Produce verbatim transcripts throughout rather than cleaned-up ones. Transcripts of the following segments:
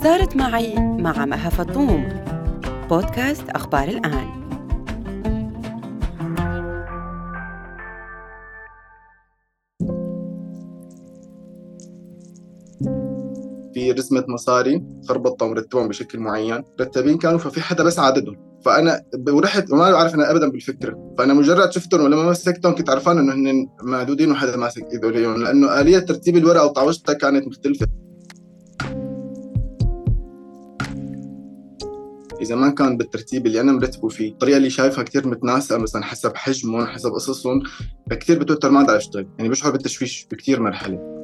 صارت معي مع مها فطوم، بودكاست أخبار الآن. في رسمة مصاري خربطة ومرتبهم بشكل معين، مرتبين كانوا، ففي حدا بس عددهم، فأنا ورحت وما بعرف أنا أبداً بالفكرة، فأنا مجرد شفتهم ولما مسكتهم كنت عرفان إنه هن معدودين وحدا ماسك إيدهم، لأنه آلية ترتيب الورقة وطاوشتها كانت مختلفة. إذا ما كان بالترتيب اللي أنا مرتبه فيه، الطريقة اللي شايفها كتير متناسقة مثلاً حسب حجمهم حسب قصصهم، كتير بتوتر ما أقدر أشتغل، يعني بشعر بالتشويش بكتير مرحلة.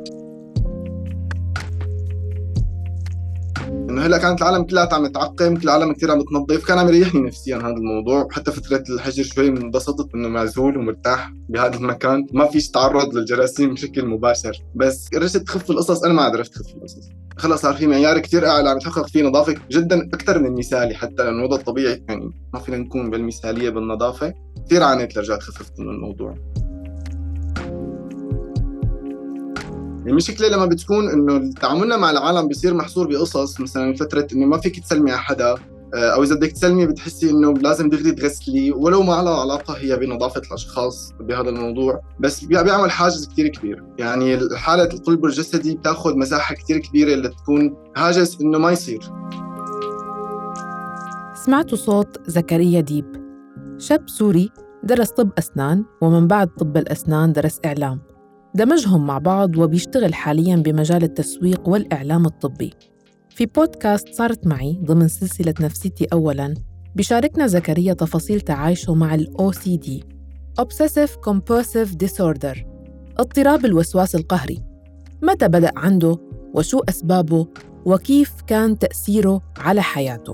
إنه هلا كانت العالم كلها عم تتعقم، كل العالم كتير عم تنظف، كان عم يريحني نفسيا هذا الموضوع. حتى فترة الحجر شوي انبسطت إنه معزول ومرتاح بهذا المكان، ما فيش تعرض للجراثيم بشكل مباشر، بس قررت تخف القصص. أنا ما عرفت تخف القصص، خلص صار في معيار كتير أعلى عم يتحقق فيه نظافة جدا أكثر من المثالي، حتى لأنه الوضع الطبيعي يعني ما فينا نكون بالمثالية بالنظافة. كتير عانيت لرجعت خففت من الموضوع. المشكلة لما بتكون إنه تعاملنا مع العالم بيصير محصور بقصص، مثلاً فترة إنه ما فيك تسلمي على حدا، أو إذا بدك تسلمي بتحسي إنه لازم دغري تغسلي، ولو ما لها علاقة هي بنظافة الأشخاص بهذا الموضوع، بس بيعمل حاجز كتير كبير. يعني حالة القلب الجسدي بتاخد مساحة كتير كبيرة اللي تكون هاجس إنه ما يصير. سمعتوا صوت زكريا ديب، شاب سوري درس طب أسنان، ومن بعد طب الأسنان درس إعلام، دمجهم مع بعض وبيشتغل حالياً بمجال التسويق والإعلام الطبي. في بودكاست صارت معي ضمن سلسلة نفسيتي أولاً، بيشاركنا زكريا تفاصيل تعايشه مع ال أو سي دي Obsessive Compulsive Disorder، اضطراب الوسواس القهري. متى بدأ عنده وشو أسبابه وكيف كان تأثيره على حياته.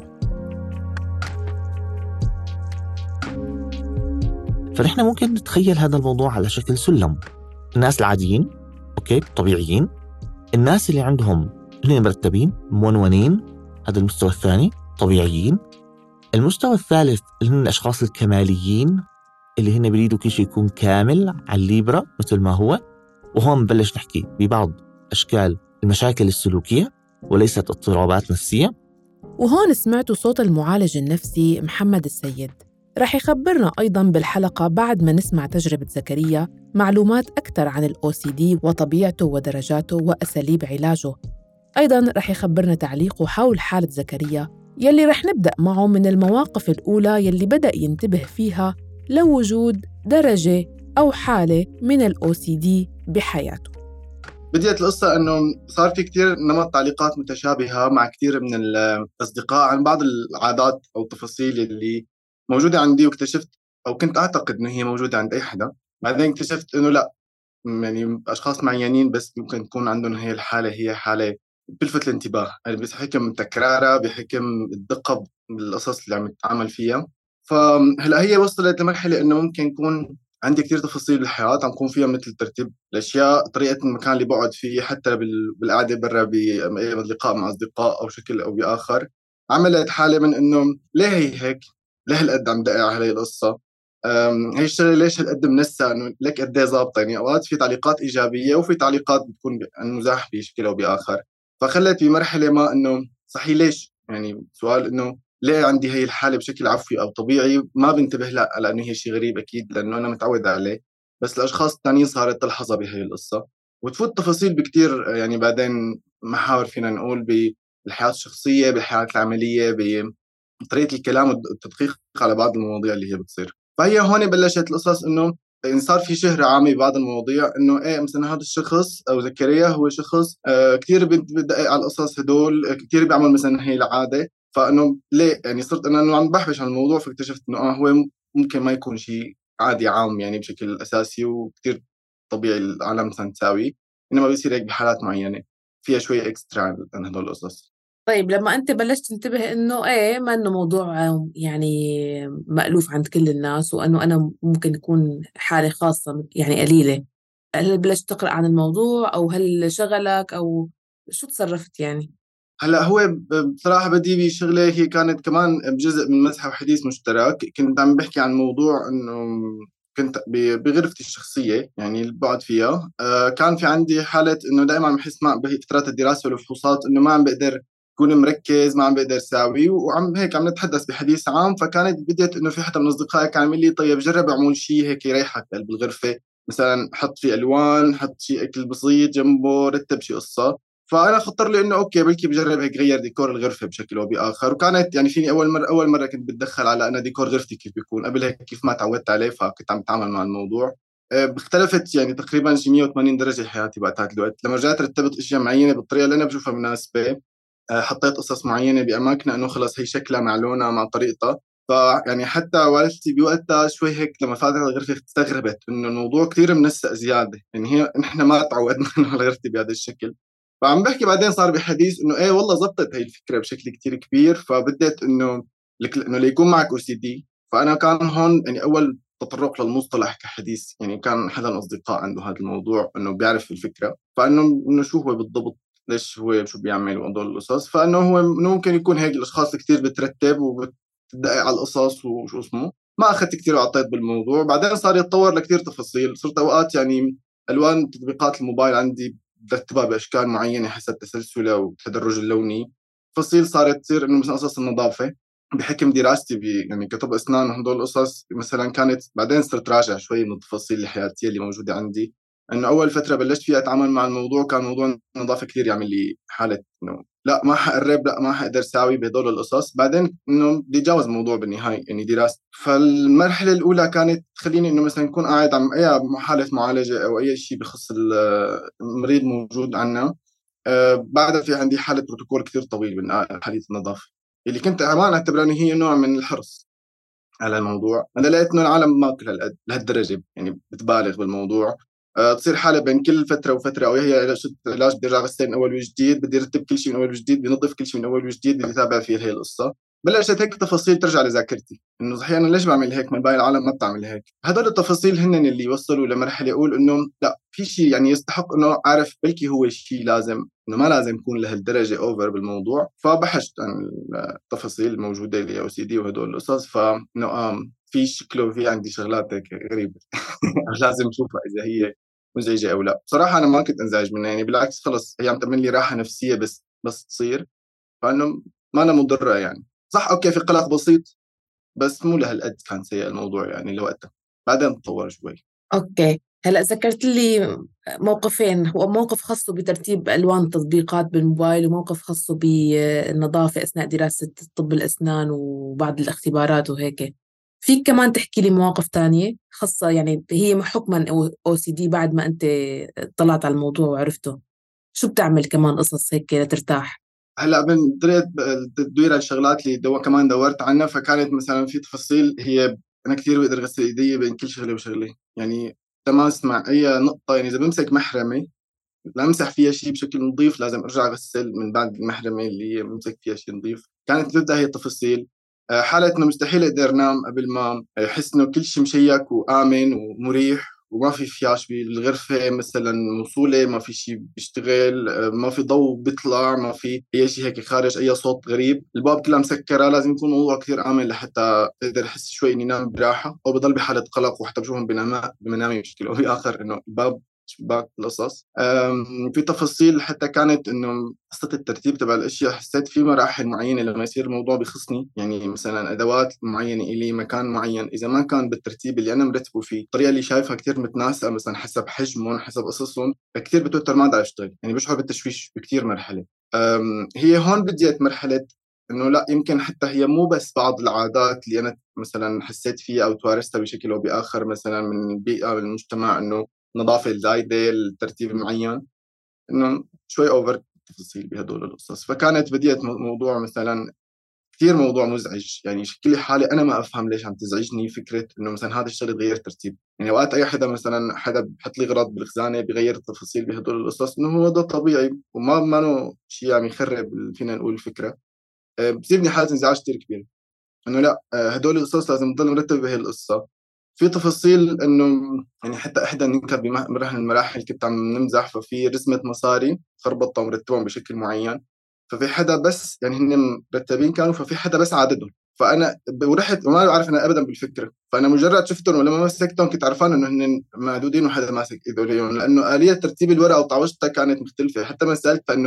فنحن ممكن نتخيل هذا الموضوع على شكل سلم. الناس العاديين أوكي طبيعيين، الناس اللي عندهم اللي مرتبين مونونين، هذا المستوى الثاني طبيعيين. المستوى الثالث اللي هم الأشخاص الكماليين اللي هن بيريدوا كل شيء يكون كامل على الليبرا مثل ما هو. وهون نبلش نحكي ببعض أشكال المشاكل السلوكية وليست اضطرابات نفسية. وهون سمعتوا صوت المعالج النفسي محمد السيد، رح يخبرنا أيضاً بالحلقة بعد ما نسمع تجربة زكريا معلومات أكثر عن ال أو سي دي وطبيعته ودرجاته وأساليب علاجه. أيضاً رح يخبرنا تعليقه حول حالة زكريا يلي رح نبدأ معه من المواقف الأولى يلي بدأ ينتبه فيها لوجود درجة أو حالة من ال أو سي دي بحياته. بديت القصة أنه صار في كتير نمط تعليقات متشابهة مع كتير من الأصدقاء عن بعض العادات أو التفاصيل اللي موجودة عندي، واكتشفت أو كنت أعتقد أنه هي موجودة عند أي حدا، بعدين اكتشفت أنه لا، يعني أشخاص معينين بس ممكن تكون عندهم هي الحالة، هي حالة بتلفت الانتباه، يعني بحكم تكرارها بحكم الدقة بالقصص اللي عم يتعامل فيها. فهلا هي وصلت لمرحلة أنه ممكن يكون عندي كتير تفاصيل بالحياة عم يكون فيها مثل ترتيب الأشياء، طريقة المكان اللي بقعد فيه، حتى بالقعدة برا باللقاء مع أصدقاء أو شكل أو بآخر، عملت حالة من إنه ليه هي هيك، ليه هالقد عم دقع على القصة، هي الشغلة ليش هالقد منسى، إنه لك قد إيه ظابطة. يعني أوقات في تعليقات إيجابية وفي تعليقات بتكون عن مزاح بشكل أو بآخر، فخلت بمرحلة ما إنه صحيح ليش، يعني سؤال إنه ليه عندي هي الحالة بشكل عفوي أو طبيعي ما بنتبه لا لأنه هي شيء غريب أكيد لأنه أنا متعود عليه، بس الأشخاص التانيين صارت تلحظها بهي القصة وتفوت تفاصيل بكتير. يعني بعدين محاور فينا نقول بالحياة الشخصية، بالحياة العملية، بطريقة الكلام والتدقيق على بعض المواضيع اللي هي بتصير. فهي هون بلشت القصص إنه إن صار في شهرة عامة ببعض المواضيع، إنه إيه مثلا هذا الشخص أو زكريا هو شخص آه كتير بدقق على القصص هدول، كتير بيعمل مثلا هي العادة، فإنه ليه يعني صرت أنا إنه عم بحبش عن الموضوع، فاكتشفت إنه آه هو ممكن ما يكون شيء عادي عام يعني بشكل أساسي وكتير طبيعي العالم مثلا تساوي، إنما بيصير هيك بحالات معينة فيها شوية إكسترا عن هدول القصص. طيب لما أنت بلشت تنتبه إنه إيه ما إنه موضوع يعني مألوف عند كل الناس وإنه أنا ممكن يكون حالة خاصة يعني قليلة، هل بلشت تقرأ عن الموضوع أو هل شغلك أو شو تصرفت يعني؟ هلا هو بصراحة بدي بشغلة هي كانت كمان بجزء من مسح وحديث مشترك، كنت عم بحكي عن موضوع إنه كنت بغرفتي الشخصية يعني اللي بقعد فيها، آه كان في عندي حالة إنه دائما عم بحس مع بفترات الدراسة والفحوصات إنه ما عم بقدر كون مركز ما عم بقدر ساوي، وعم هيك عم نتحدث بحديث عام. فكانت بديت انه في حدا من اصدقائي كان عمل لي طيب جرب اعمل شيء هيك يريحك قلب الغرفه، مثلا حط في الوان، حط شيء اكل بسيط جنبه، رتب شيء قصه. فانا خطر لي انه اوكي بلكي بجرب هيك غير ديكور الغرفه بشكل او باخر. وكانت يعني فيني اول مره اول مره كنت بتدخل على انا ديكور غرفتي كيف بيكون، قبل هيك كيف ما تعودت عليه فكنت عم بتعامل مع الموضوع. اختلفت يعني تقريبا شي مية وثمانين درجه حياتي وقت الوقت لما رجعت رتبت اشياء معينه بالطريقه اللي انا بشوفها مناسبه. حطيت قصص معينه باماكنها انه خلص هي شكلها مع لونها مع طريقتها. فيعني حتى والدتي بوقتها شوي هيك لما فاتت على الغرفه استغربت انه الموضوع كثير منسق زياده، يعني هي نحن ما تعودنا انه على غرفتي بهذا الشكل. فعم بحكي بعدين صار بحديث انه ايه والله زبطت هي الفكره بشكل كتير كبير. فبديت انه انه ليكون معك او سي دي. فانا كان هون يعني اول تطرق للمصطلح كحديث، يعني كان حدا من الاصدقاء عنده هذا الموضوع انه بيعرف الفكره، فانه انه شو هو بالضبط، ليش هو شو بيعمل وهدول القصص. فانه هو ممكن يكون هيك الاشخاص كتير بترتب وبتدقق على القصص وشو اسمه. ما اخذت كتير وعطيت بالموضوع. بعدين صار يتطور لكتير تفاصيل. صرت اوقات يعني الوان تطبيقات الموبايل عندي برتبها باشكال معينه حسب تسلسلها والتدرج اللوني. تفاصيل صارت تصير انه مثلا قصص النظافه بحكم دراستي يعني كطب اسنان وهدول القصص مثلا كانت. بعدين صرت راجع شوي من التفاصيل الحياتيه اللي موجوده عندي، انه اول فتره بلشت فيها اتعامل مع الموضوع كان موضوع النظافه كثير يعمل لي حاله انه لا ما حقرب، لا ما حقدر ساوي بهدول القصص. بعدين انه بدي اتجاوز الموضوع بالنهايه يعني دراسه. فالمرحله الاولى كانت تخليني انه مثلا يكون قاعد عم اي حاله معالجه او اي شيء بخص المريض موجود عنا. أه بعدها في عندي حاله بروتوكول كثير طويل من حاله النظافه اللي كنت كمان اعتبر انه هي نوع من الحرص على الموضوع. انا لقيت انه العالم ما كل هالقد لهالدرجه يعني بتبالغ بالموضوع. أه تصير حاله بين كل فتره وفتره، او هي علاج بدي ارجع غسل من اول وجديد، بدي ارتب كل شيء من اول وجديد، بدي انظف كل شيء من اول وجديد، بدي اتابع فيه هي القصه. بلشت هيك تفاصيل ترجع لذاكرتي انه صحيح انا ليش بعمل هيك من باقي العالم ما بتعمل هيك. هدول التفاصيل هن اللي وصلوا لمرحله اقول انه لا في شيء يعني يستحق انه اعرف بلكي هو شيء لازم انه ما لازم يكون لهالدرجه اوفر بالموضوع. فبحثت عن التفاصيل الموجوده اللي او سي دي وهدول القصص. فانه في شكله في عندي شغلات هيك غريبه لازم اشوفها اذا هي مزعجه او لا. بصراحه انا ما كنت انزعج منها، يعني بالعكس خلص هي عم تعمل لي راحه نفسيه بس بس تصير. فانه ما أنا مضره يعني. صح اوكي في قلق بسيط بس مو لهالقد كان سيء الموضوع يعني لوقتها. بعدين تطور شوي. اوكي هلا ذكرت لي موقفين، هو موقف خاصه بترتيب الوان التطبيقات بالموبايل وموقف خاصه بالنظافه اثناء دراسه طب الاسنان وبعض الاختبارات وهيك. فيك كمان تحكي لي مواقف تانية خاصة يعني هي حكما او سي دي بعد ما انت طلعت على الموضوع وعرفته، شو بتعمل كمان قصص هيك لترتاح؟ هلا من طريقه تدوير الشغلات اللي دو كمان دورت عنها. فكانت مثلا في تفاصيل هي انا كثير بقدر اغسل ايدي بين كل شغله وشغله، يعني تماس مع اي نقطه. يعني اذا بمسك محرمه لامسح فيها شيء بشكل نظيف لازم ارجع اغسل من بعد المحرمه اللي بمسك فيها شيء نظيف. كانت تبدا هي التفاصيل. حالة انه مستحيل اقدر انام قبل ما احس انه كل شيء مشيك وامن ومريح وما في فياش بالغرفه مثلا موصوله، ما في شيء بيشتغل، ما في ضوء بيطلع، ما في اي شيء هيك خارج، اي صوت غريب، الباب كلها مسكره. لازم يكون الموضوع كثير امن لحتى اقدر احس شوي اني نام براحه، او بضل بحاله قلق وحتى بشوفهم بمنامي بشكل او باخر انه الباب شباك القصص. في تفاصيل حتى كانت انه قصه الترتيب تبع الاشياء حسيت في مراحل معينه لما يصير الموضوع بخصني، يعني مثلا ادوات معينه الي مكان معين اذا ما كان بالترتيب اللي انا مرتبه فيه الطريقه اللي شايفها كثير متناسقه مثلا حسب حجمهم حسب قصصهم كثير بتوتر ما اقدر اشتغل، يعني بشعر بالتشويش بكثير مرحله. هي هون بديت مرحله انه لا يمكن حتى هي مو بس بعض العادات اللي انا مثلا حسيت فيها او توارثتها بشكل او باخر مثلا من البيئه من المجتمع، انه النظافه الزايده الترتيب المعين، انه شوي اوفر تفاصيل بهدول القصص. فكانت بديت موضوع مثلا كثير موضوع مزعج، يعني شكل لي حالي انا ما افهم ليش عم تزعجني فكره انه مثلا هذا الشغله تغير ترتيب. يعني اوقات اي حدا مثلا حدا بحط لي غراض بالخزانه بغير التفاصيل بهدول القصص انه هو ده طبيعي وما ما شيء عم يخرب فينا نقول الفكره. بصيبني حاله انزعاج كثير كبيره انه لا هدول القصص لازم نضل مرتب بهي القصه. في تفاصيل انه يعني حتى احدى ننكب بمراحل المراحل كنت عم نمزح، ففي رسمه مصاري خربطتها ومرتبهم بشكل معين، ففي حدا بس يعني هن مرتبين كانوا، ففي حدا بس عددهم، فانا ورحت وما بعرف انا ابدا بالفكره، فانا مجرد شفتهم ولما مسكتهم كنت عرفان انه هن معدودين وحدا ماسك ايدهم، لانه اليه ترتيب الورقه وطاوشتها كانت مختلفه. حتى ما سالت انه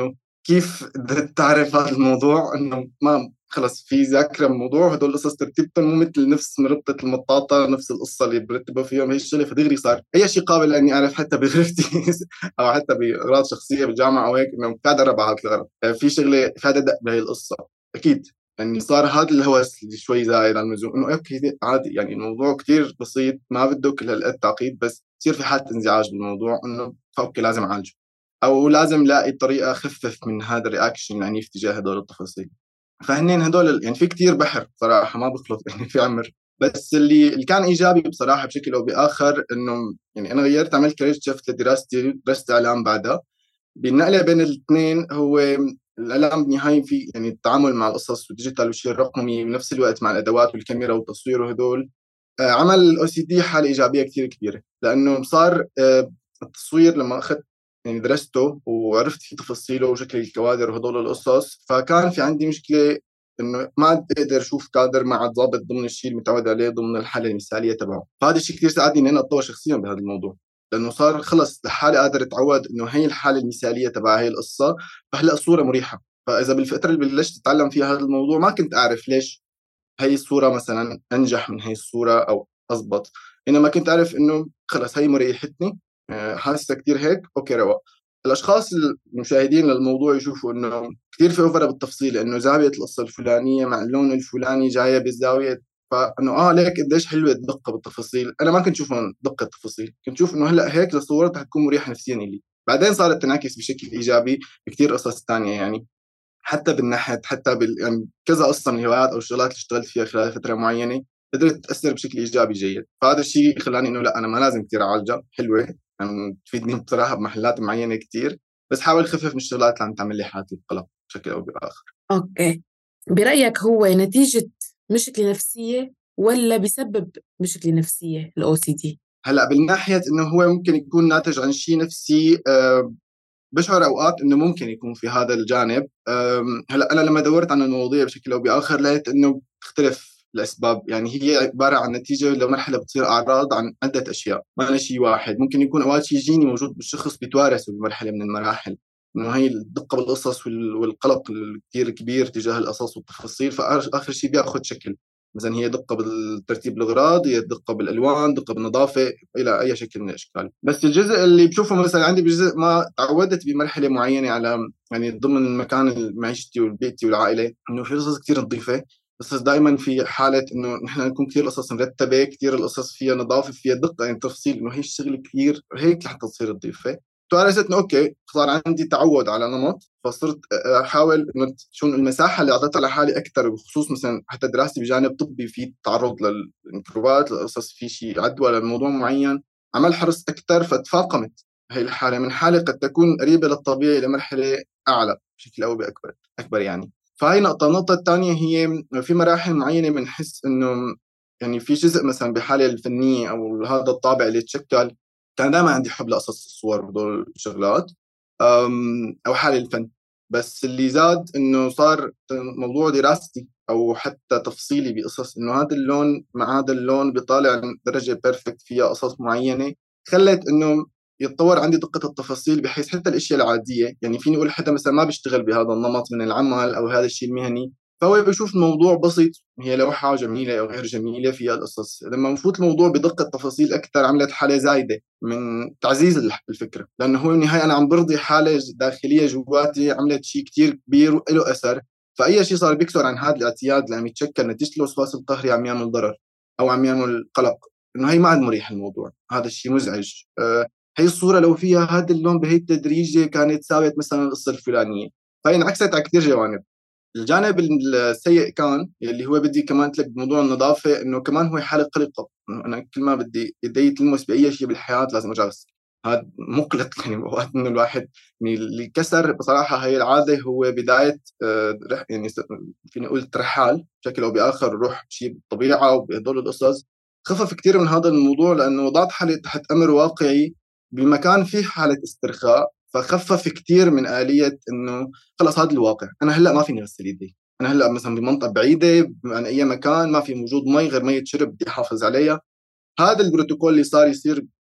كيف قدرت تعرف هذا الموضوع انه ما خلص في ذاكره الموضوع، هدول القصص ترتيبتهم مو مثل نفس مربطه المطاطه، نفس القصه اللي برتبوا فيهم هي الشغله، فدغري صار اي شيء قابل اني اعرف حتى بغرفتي او حتى باغراض شخصيه بالجامعه او هيك انه قاعد اربع هذا الغرض، في شغله فادة دق بهي القصه اكيد. يعني صار هذا الهوس اللي شوي زايد عن اللزوم، انه اوكي عادي، يعني الموضوع كتير بسيط ما بده كل هالقد تعقيد، بس يصير في حاله انزعاج بالموضوع انه فاوكي لازم اعالجه او لازم لاقي طريقه اخفف من هذا الرياكشن العنيف تجاه هدول التفاصيل. فهنين هدول يعني في كتير بحر صراحه ما بخلص يعني في عمر. بس اللي اللي كان ايجابي بصراحه بشكل او باخر انه يعني انا غيرت عملت كارير شفت لدراستي، درست اعلام بعدها. بالنقله بين الاثنين هو الاعلام بالنهايه في يعني التعامل مع القصص والديجيتال والشيء الرقمي بنفس الوقت مع الادوات والكاميرا والتصوير وهدول، آه، عمل الاو سي دي حاله ايجابيه كثير كبيره، لانه صار آه، التصوير لما اخذت يعني درسته وعرفت في تفاصيله وشكل الكوادر وهدول القصص، فكان في عندي مشكله انه ما اقدر اشوف كادر ما عاد ضابط ضمن الشيء المتعود عليه ضمن الحاله المثاليه تبعه. فهذا الشيء كثير ساعدني اني انا اتطور شخصيا بهذا الموضوع، لانه صار خلص لحالي قادر اتعود انه هي الحاله المثاليه تبع هي القصه، فهلا الصوره مريحه. فاذا بالفتره اللي بلشت اتعلم فيها هذا الموضوع ما كنت اعرف ليش هي الصورة مثلا أنجح من هي الصورة أو أضبط، إنما كنت أعرف إنه خلص هي مريحتني، حاسة كتير هيك أوكي رواق. الأشخاص المشاهدين للموضوع يشوفوا إنه كتير في أوفر بالتفصيل، إنه زاوية القصة الفلانية مع اللون الفلاني جاية بالزاوية، فإنه آه ليك قديش حلوة الدقة بالتفاصيل. أنا ما كنت أشوف دقة التفاصيل، كنت أشوف إنه هلأ هيك لصورت حتكون مريحة نفسيا لي. بعدين صارت تنعكس بشكل إيجابي بكتير قصص تانية، يعني حتى بالنحت حتى بال يعني كذا قصه من الهوايات او الشغلات اللي اشتغلت فيها خلال فتره معينه قدرت تاثر بشكل ايجابي جيد. فهذا الشيء خلاني انه لا انا ما لازم كثير اعالجها، حلوه يعني تفيدني بصراحه بمحلات معينه كثير، بس حاول خفف من الشغلات اللي عم تعمل لي حالتي القلق بشكل او باخر. اوكي، برايك هو نتيجه مشكله نفسيه ولا بسبب مشكله نفسيه الاو سي دي؟ هلا بالناحيه انه هو ممكن يكون ناتج عن شيء نفسي، أه بشعر اوقات انه ممكن يكون في هذا الجانب. هلا انا لما دورت عن المواضيع بشكل او باخر لقيت انه تختلف الاسباب، يعني هي عباره عن نتيجه لمرحله بتصير اعراض عن عده اشياء، ما شيء واحد. ممكن يكون اوقات شيء جيني موجود بالشخص بيتوارث بمرحله من المراحل، انه هي الدقه بالقصص والقلق الكثير كبير تجاه القصص والتفاصيل، فاخر شيء بياخذ شكل مثلا هي دقه بالترتيب الاغراض، هي دقه بالالوان، دقه بالنظافه، الى اي شكل من الاشكال. بس الجزء اللي بشوفه مثلا عندي بجزء ما تعودت بمرحله معينه على يعني ضمن مكان معيشتي وبيتي والعائله انه في قصص كثير نظيفه، قصص دائما في حاله انه نحن نكون كثير قصص مرتبه، كثير القصص فيها نظافه فيها دقه، يعني تفصيل، انه هي الشغله كثير هيك لحتى تصير نظيفه. توارثت انه اوكي صار عندي تعود على نمط، فصرت احاول انه شون المساحه اللي اعطيتها لحالي اكثر، بخصوص مثلا حتى دراستي بجانب طبي في تعرض للميكروبات للقصص، في شيء عدوى لموضوع معين، عمل حرص اكثر، فتفاقمت هي الحاله من حاله قد تكون قريبه للطبيعي لمرحله اعلى بشكل او باكبر اكبر يعني. فهي نقطه. النقطه الثانيه هي في مراحل معينه بنحس انه يعني في جزء مثلا بحاله الفنيه او هذا الطابع اللي تشكل، كان دائما عندي حب لقصص الصور وهدول الشغلات او حال الفن، بس اللي زاد انه صار موضوع دراستي او حتى تفصيلي بقصص انه هذا اللون مع هذا اللون بيطالع درجه بيرفكت فيها قصص معينه، خلت انه يتطور عندي دقه التفاصيل، بحيث حتى الاشياء العاديه، يعني فيني اقول حتى مثلا ما بيشتغل بهذا النمط من العمل او هذا الشيء المهني، فهو بيشوف الموضوع بسيط، هي لوحة جميلة أو غير جميلة فيها القصص. لما نفوت الموضوع بدقة تفاصيل أكثر عملت حالة زايدة من تعزيز الفكرة، لأنه هو بالنهاية أنا عم برضي حالة داخلية جواتي عملت شيء كتير كبير وله أثر، فأي شيء صار بيكسر عن هذا الاعتياد اللي عم يتشكل نتيجة الوسواس القهري عم يعمل ضرر أو عم يعمل قلق، إنه هي ما عاد مريح الموضوع، هذا الشيء مزعج. أه هي الصورة لو فيها هذا اللون بهي التدريجة كانت ساوت مثلا القصة الفلانية، فهي انعكست على كثير جوانب. الجانب السيء كان اللي هو بدي كمان لك بموضوع النظافة، إنه كمان هو حالة قلقة، أنا كل ما بدي يدي تلمس بأي شيء بالحياة لازم أرجع أغسل، هذا مقلق يعني وقت إنه الواحد يعني اللي كسر بصراحة هي العادة هو بداية آه يعني فيني أقول ترحال بشكل أو بآخر، روح شيء بالطبيعة وبهدول القصص، خفف كتير من هذا الموضوع، لأنه وضعت حالي تحت أمر واقعي بمكان فيه حالة استرخاء، فخفف كتير من آلية إنه خلص هذا الواقع، أنا هلأ ما فيني أغسل يدي، أنا هلأ مثلا بمنطقة بعيدة عن أي مكان ما في موجود مي غير مية شرب بدي أحافظ عليها. هذا البروتوكول اللي صار يصير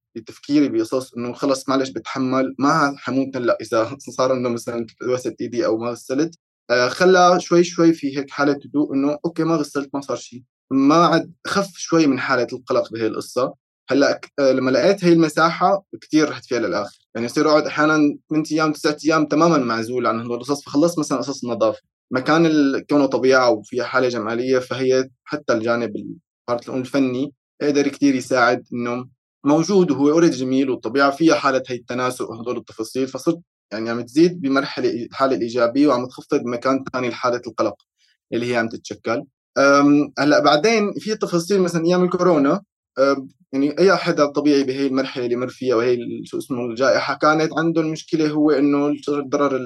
بتفكيري بقصص إنه خلص معلش بتحمل، ما حموت هلا إذا صار إنه مثلا لوست إيدي أو ما غسلت. آه خلى شوي شوي في هيك حالة هدوء، إنه أوكي ما غسلت ما صار شيء، ما عاد خف شوي من حالة القلق بهي القصة. هلا آه لما لقيت هي المساحة كتير رحت فيها للآخر، يعني يصير أقعد أحيانا ثمانية أيام تسعة أيام تماما معزول عن هدول القصص، فخلص مثلا قصص النظافة مكان كونه طبيعة وفيها حالة جمالية، فهي حتى الجانب الفني قدر كتير يساعد إنه موجود وهو أوريدي جميل، والطبيعة فيها حالة هي التناسق وهدول التفاصيل، فصرت يعني عم تزيد بمرحلة الحالة الإيجابية وعم تخفض بمكان ثاني حالة القلق اللي هي عم تتشكل. هلا بعدين في تفاصيل مثلا أيام الكورونا، يعني أي حدا طبيعي بهي المرحلة اللي مر فيها وهي شو اسمه الجائحة كانت عنده المشكلة هو إنه الضرر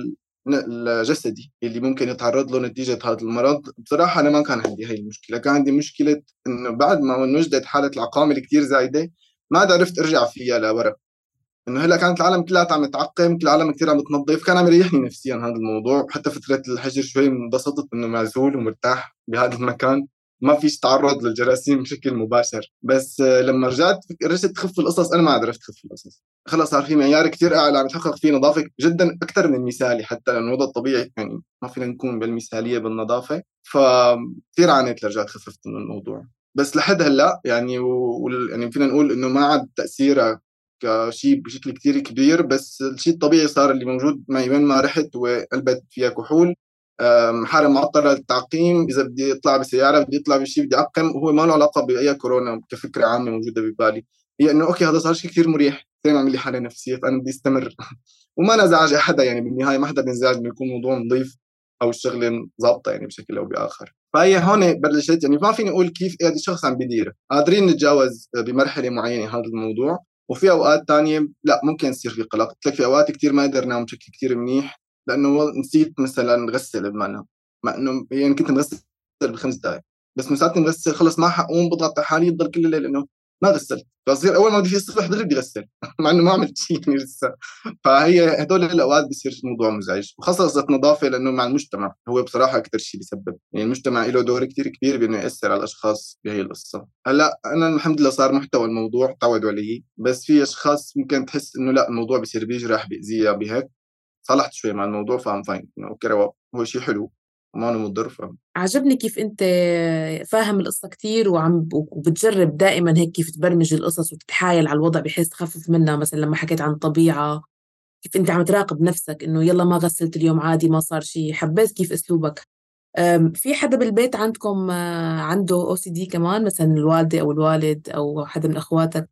الجسدي اللي ممكن يتعرض له نتيجة هذا المرض. بصراحة أنا ما كان عندي هاي المشكلة، كان عندي مشكلة إنه بعد ما وجدت حالة العقام اللي كتير زايدة ما عرفت أرجع فيها لورا، إنه هلا كانت العالم كلها عم تعقم، كل العالم كتير عم تنظف، كان عم يريحني نفسيا هذا الموضوع. حتى فترة الحجر شوي انبسطت إنه معزول ومرتاح بهذا المكان، ما فيش تعرض للجراثيم بشكل مباشر. بس لما رجعت رجعت تخف القصص أنا ما عرفت تخف القصص، خلص صار في معيار كتير أعلى عم يتحقق فيه نظافة جدا أكثر من المثالي، حتى لأنه الوضع الطبيعي يعني ما فينا نكون بالمثالية بالنظافة، فكتير عانيت لرجعت خففت من الموضوع. بس لحد هلا يعني و... يعني فينا نقول إنه ما عاد تأثيره كشيء بشكل كتير كبير، بس الشيء الطبيعي صار اللي موجود معي وين ما رحت وقلبت فيها كحول، حالة معطلة للتعقيم، إذا بدي يطلع بسيارة بدي يطلع بشيء بدي أعقم، وهو ما له علاقة بأي كورونا كفكرة عامة موجودة ببالي، هي إنه أوكي هذا صار شيء كتير مريح كتير عمل لي حالة نفسية فأنا بدي استمر وما نزعج أحدا، يعني بالنهاية ما حدا بينزعج إنه يكون موضوع نظيف أو الشغلة ضابطة يعني بشكل أو بآخر. فهي هون بلشت، يعني ما فيني أقول كيف هذا الشخص عم بيدير، قادرين نتجاوز بمرحلة معينة هذا الموضوع، وفي أوقات تانية لا ممكن يصير في قلق. قلت لك في أوقات كتير ما قدر نام بشكل كتير منيح لأنه نسيت مثلا غسل بمعنى مع إنه يعني كنت مغسل بخمس دقائق، بس من ساعة مغسل خلص ما حقوم بضغط على حالي يضل كل الليل إنه ما غسلت، فصير أول ما بدي في الصبح دغري بدي غسل مع إنه ما عملت شيء يعني لسه. فهي هدول الأوقات بصير موضوع مزعج، وخاصة قصة نظافة لأنه مع المجتمع هو بصراحة أكثر شيء بيسبب، يعني المجتمع له دور كتير كبير بإنه يأثر على الأشخاص بهي القصة. هلا أنا الحمد لله صار محتوى الموضوع تعودوا عليه، بس في أشخاص ممكن تحس إنه لا الموضوع بيصير بيجرح بيأذيها بهيك، صلحت شوي مع الموضوع فهم فاين إنه أوكي رواق هو شيء حلو وما أنا مضر. فهم عجبني كيف أنت فاهم القصة كتير وعم وبتجرب دائما هيك كيف تبرمج القصص وتتحايل على الوضع بحيث تخفف منها. مثلا لما حكيت عن الطبيعة كيف أنت عم تراقب نفسك إنه يلا ما غسلت اليوم عادي ما صار شيء. حبيت كيف أسلوبك. في حدا بالبيت عندكم عنده أو سي دي كمان، مثلا الوالدة أو الوالد أو حدا من أخواتك؟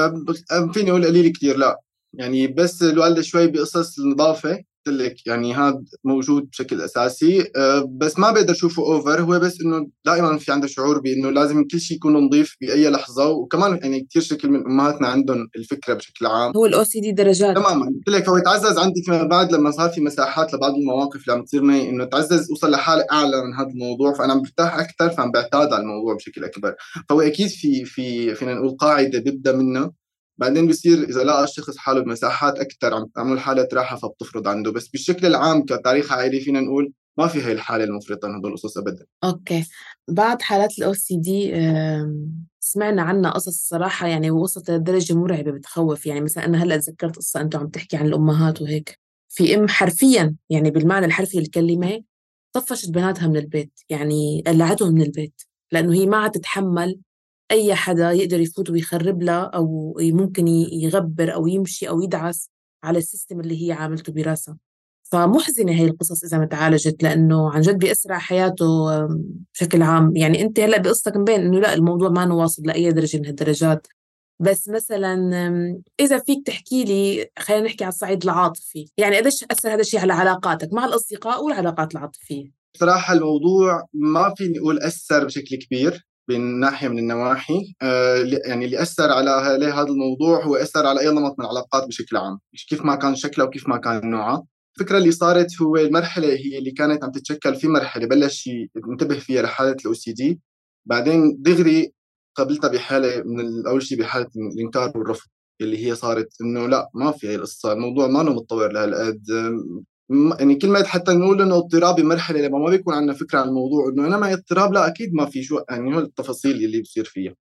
أه فيني أقول قليل كتير لا، يعني بس الوالدة شوي بقصص النظافة قلت لك يعني هذا موجود بشكل أساسي، أه بس ما بقدر أشوفه أوفر، هو بس إنه دائما في عنده شعور بإنه لازم كل شيء يكون نظيف بأي لحظة، وكمان يعني كتير شكل من أمهاتنا عندهم الفكرة بشكل عام. هو الأو سي دي درجات تماما قلت لك هو يتعزز عندي فيما بعد لما صار في مساحات لبعض المواقف اللي عم تصير معي انه تعزز اوصل لحاله اعلى من هذا الموضوع، فانا عم برتاح اكثر فعم بعتاد على الموضوع بشكل اكبر. فهو اكيد في في فينا نقول قاعده بيبدا منها، بعدين بيصير اذا لقى الشخص حاله بمساحات اكثر عم تعمل حاله راحه فبتفرض عنده، بس بالشكل العام كتاريخ عائلي فينا نقول ما في هاي الحاله المفرطه من هدول القصص ابدا. اوكي. بعد حالات الاو سي دي سمعنا عنها قصص صراحه يعني وصلت لدرجه مرعبه بتخوف. يعني مثلا انا هلا تذكرت قصه انتم عم تحكي عن الامهات وهيك، في ام حرفيا يعني بالمعنى الحرفي للكلمه طفشت بناتها من البيت، يعني قلعتهم من البيت لانه هي ما عاد تتحمل اي حدا يقدر يفوت ويخرب لها او ممكن يغبر او يمشي او يدعس على السيستم اللي هي عاملته براسها. فمحزنة هاي القصص إذا ما تعالجت لأنه عن جد بيأثر على حياته بشكل عام. يعني أنت هلأ بقصتك مبين إنه لا الموضوع ما نواصل لأي درجة من هالدرجات، بس مثلا إذا فيك تحكي لي خلينا نحكي على الصعيد العاطفي، يعني قديش أثر هذا الشيء على علاقاتك مع الأصدقاء والعلاقات العاطفية؟ بصراحة الموضوع ما فيني أقول أثر بشكل كبير من ناحية من النواحي، آه يعني اللي أثر على هذا الموضوع هو أثر على أي نمط من العلاقات بشكل عام، كيف ما كان شكلها وكيف ما كان نوعها. الفكرة اللي صارت هو المرحلة هي اللي كانت عم تتشكل في مرحلة بلش ينتبه فيها لحالة الأو سي دي، بعدين دغري قابلتها بحالة من أول شيء بحالة الإنكار والرفض اللي هي صارت إنه لا ما في هاي القصة، الموضوع ما له متطور لهالقد. يعني كلمة حتى نقول إنه اضطراب بمرحلة لما ما بيكون عندنا فكرة عن الموضوع إنه أنا معي اضطراب، لا أكيد ما في شو يعني هو التفاصيل اللي بصير فيها.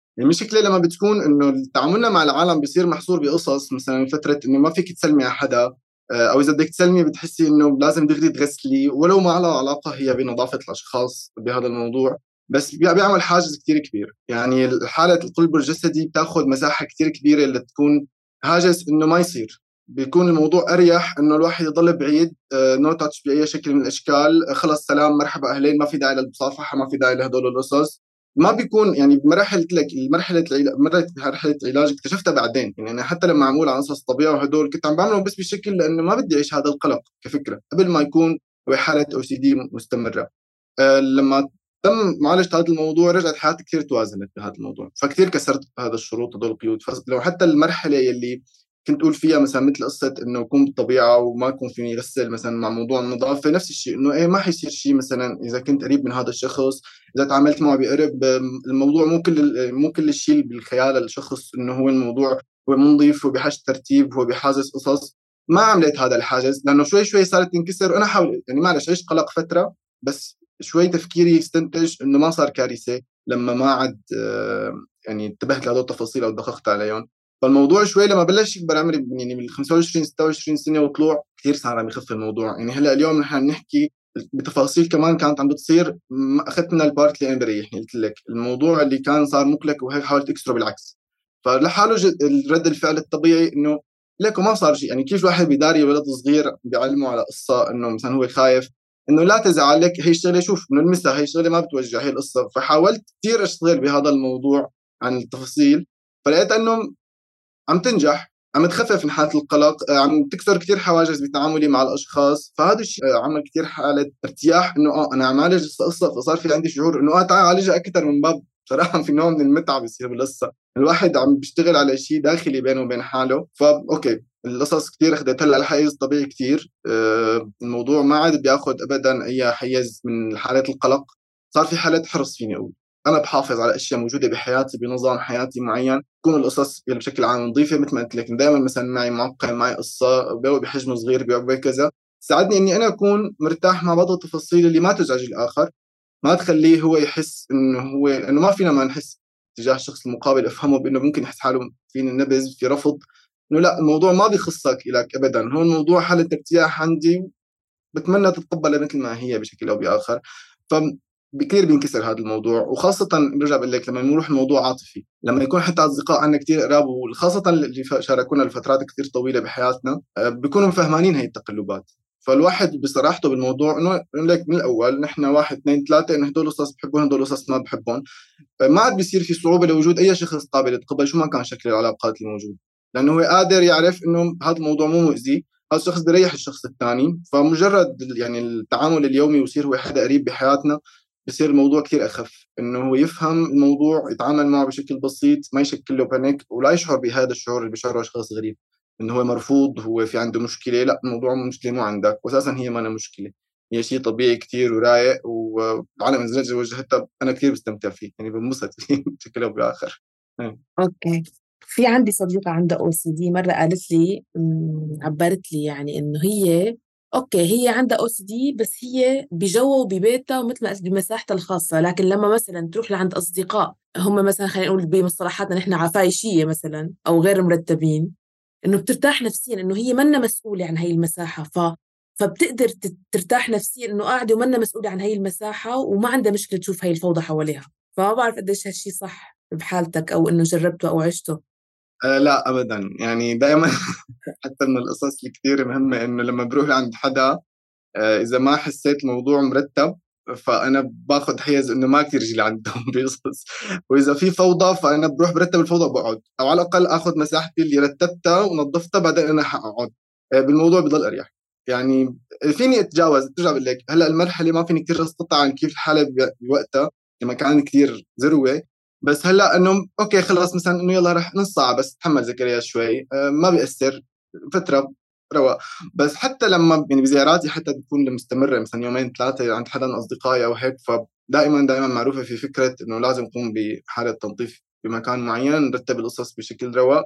المشكلة لما بتكون إنه تعاملنا مع العالم بيصير محصور بقصص، مثلا فترة إنه ما فيك تسلمي على حدا، أو إذا بدك تسلمي بتحسي إنه لازم دغري تغسلي، ولو ما لها علاقة هي بنظافة الأشخاص بهذا الموضوع، بس بيعمل حاجز كتير كبير. يعني حالة القلب الجسدي بتاخد مساحة كتير كبيرة اللي تكون هاجس إنه ما يصير. بيكون الموضوع أريح إنه الواحد يضل بعيد، نو تاتش بأي شكل من الأشكال، خلص سلام مرحبا أهلين، ما في داعي للمصافحة، ما في داعي لهدول القصص. ما بيكون يعني بمرحلة لك المرحلة العلاج، مرت بمرحلة علاج اكتشفتها بعدين. يعني أنا حتى لما عمول عن قصص طبيعة وهدول كنت عم بعملهم بس بشكل لأنه ما بدي أعيش هذا القلق كفكرة قبل ما يكون هو حالة أو سي دي مستمرة. أه لما تم معالجة هذا الموضوع رجعت حياتي كثير توازنت بهذا الموضوع، فكثير كسرت هذا الشروط هذول القيود. لو حتى المرحلة يلي كنت أقول فيها مثلا مثل قصة إنه أكون بالطبيعة وما يكون فيني غسل مثلا مع موضوع النظافة، نفس الشيء إنه إيه ما حيصير شيء مثلا إذا كنت قريب من هذا الشخص، إذا تعاملت معه بقرب. الموضوع مو كل مو كل الشيء بالخيال الشخص إنه هو الموضوع هو منظيف وبحاجة ترتيب هو بحاجز قصص. ما عملت هذا الحاجز لأنه شوي شوي صارت تنكسر، وأنا حاول يعني معلش عشت قلق فترة، بس شوي تفكيري يستنتج إنه ما صار كارثة لما ما عاد يعني انتبهت لهذول التفاصيل أو دققت عليهم. فالموضوع شوي لما بلش يكبر عمري يعني من خمسة وعشرين ستة وعشرين سنة وطلوع كثير صار عم يخف الموضوع. يعني هلا اليوم نحن بنحكي بتفاصيل كمان كانت عم بتصير، أخذت منها البارت اللي أنا بريحني، قلت لك الموضوع اللي كان صار مقلق وهيك حاولت أكسره بالعكس. فلحاله الرد الفعل الطبيعي إنه ليكو ما صار شيء. يعني كيف واحد بيداري ولد صغير بيعلمه على قصة إنه مثلا هو خايف إنه لا تزعل، لك هي الشغلة شوف إنه المسها هي الشغلة ما بتوجع هي القصة. فحاولت كثير أشتغل بهذا الموضوع عن التفاصيل، فلقيت إنه عم تنجح، عم تخفف من حالة القلق، عم تكسر كتير حواجز بتعاملي مع الأشخاص. فهذا الشيء عمل كتير حالة ارتياح إنه آه أنا عم عالج القصة، فصار في عندي شعور إنه آه تعال عالجها أكثر من باب. صراحة في نوع من المتعة بيصير بالقصة، الواحد عم بيشتغل على شيء داخلي بينه وبين حاله. فأوكي القصص كتير أخذت هلا الحيز طبيعي كتير. آه الموضوع ما عاد بياخد أبدا أي حيز من حالة القلق، صار في حالة حرص فيني أقول. أنا بحافظ على أشياء موجودة بحياتي بنظام حياتي معين، تكون القصص بشكل عام نظيفة مثل ما قلت لك. دائما مثلا معي معقم، معي قصة بحجم صغير بيعبي كذا، ساعدني إني أنا أكون مرتاح مع بعض التفاصيل اللي ما تزعج الآخر، ما تخليه هو يحس إنه هو إنه ما فينا ما نحس تجاه الشخص المقابل. أفهمه بإنه ممكن يحس حاله في نبذ في رفض، إنه لا الموضوع ما بيخصك إلك أبدا، هو الموضوع حالة ارتياح عندي، بتمنى تتقبلها مثل ما هي بشكل أو بآخر. ف كثير بينكسر هذا الموضوع. وخاصة برجع بقول لك لما نروح الموضوع عاطفي، لما يكون حتى أصدقاء عنا كثير قراب وخاصة اللي شاركونا لفترات كثير طويلة بحياتنا بيكونوا فهمانين هاي التقلبات. فالواحد بصراحته بالموضوع إنه لك من الأول نحن واحد اثنين ثلاثة إنه هدول قصص بحبهم هدول قصص ما بحبهم، ما عاد بيصير في صعوبة لوجود أي شخص قابل يتقبل شو ما كان شكل العلاقات الموجودة، لأنه هو قادر يعرف إنه هذا الموضوع مو مؤذي، هذا الشخص بيريح الشخص الثاني. فمجرد يعني التعامل اليومي ويصير هو حدا قريب بحياتنا بصير الموضوع كتير أخف، إنه هو يفهم الموضوع يتعامل معه بشكل بسيط، ما يشكل له بانيك ولا يشعر بهذا الشعور اللي بيشعره شخص غريب إنه هو مرفوض هو في عنده مشكلة. لا الموضوع مشكلة مو عندك، وأساسا هي ما أنا مشكلة، هي شيء طبيعي كتير ورايق. والعالم إذا وجهتها أنا كتير بستمتع فيه، يعني بنبسط فيه بشكل أو بآخر. أوكي. في عندي صديقة عندها أو سي دي، مرة قالت لي عبرت لي يعني إنه هي أوكي هي عندها أو سي دي بس هي بجوه وببيتها ومثل ما قلت بمساحتها الخاصة، لكن لما مثلا تروح لعند أصدقاء هم مثلا خلينا نقول بمصطلحاتنا نحن عفايشية مثلا أو غير مرتبين، إنه بترتاح نفسيا إنه هي منا مسؤولة عن هاي المساحة. ف فبتقدر ترتاح نفسيا إنه قاعدة ومنا مسؤولة عن هاي المساحة وما عندها مشكلة تشوف هاي الفوضى حواليها. فما بعرف قديش هالشي صح بحالتك أو إنه جربته أو عشته. أه لا أبدا، يعني دائما حتى من القصص الكثير مهمة إنه لما بروح لعند حدا أه إذا ما حسيت الموضوع مرتب فأنا باخذ حيز إنه ما كثير جي عندهم بيقصص، وإذا في فوضى فأنا بروح برتب الفوضى وبقعد، أو على الأقل أخذ مساحتي اللي رتبتها ونظفتها بعدين أنا حقعد. أه بالموضوع بضل أريح. يعني فيني أتجاوز ترجع بقول لك هلا المرحلة ما فيني كثير أستطيع عن كيف الحالة بوقتها لما كان كثير ذروة، بس هلا انه اوكي خلص مثلا انه يلا رح نص ساعه بس تحمل زكريا شوي، أه ما بيأثر فتره رواق. بس حتى لما يعني بزياراتي حتى بتكون مستمره مثلا يومين ثلاثه عند حدا من اصدقائي او هيك، فدائما دائما معروفه في فكره انه لازم نقوم بحاله تنظيف بمكان معين، نرتب القصص بشكل رواق.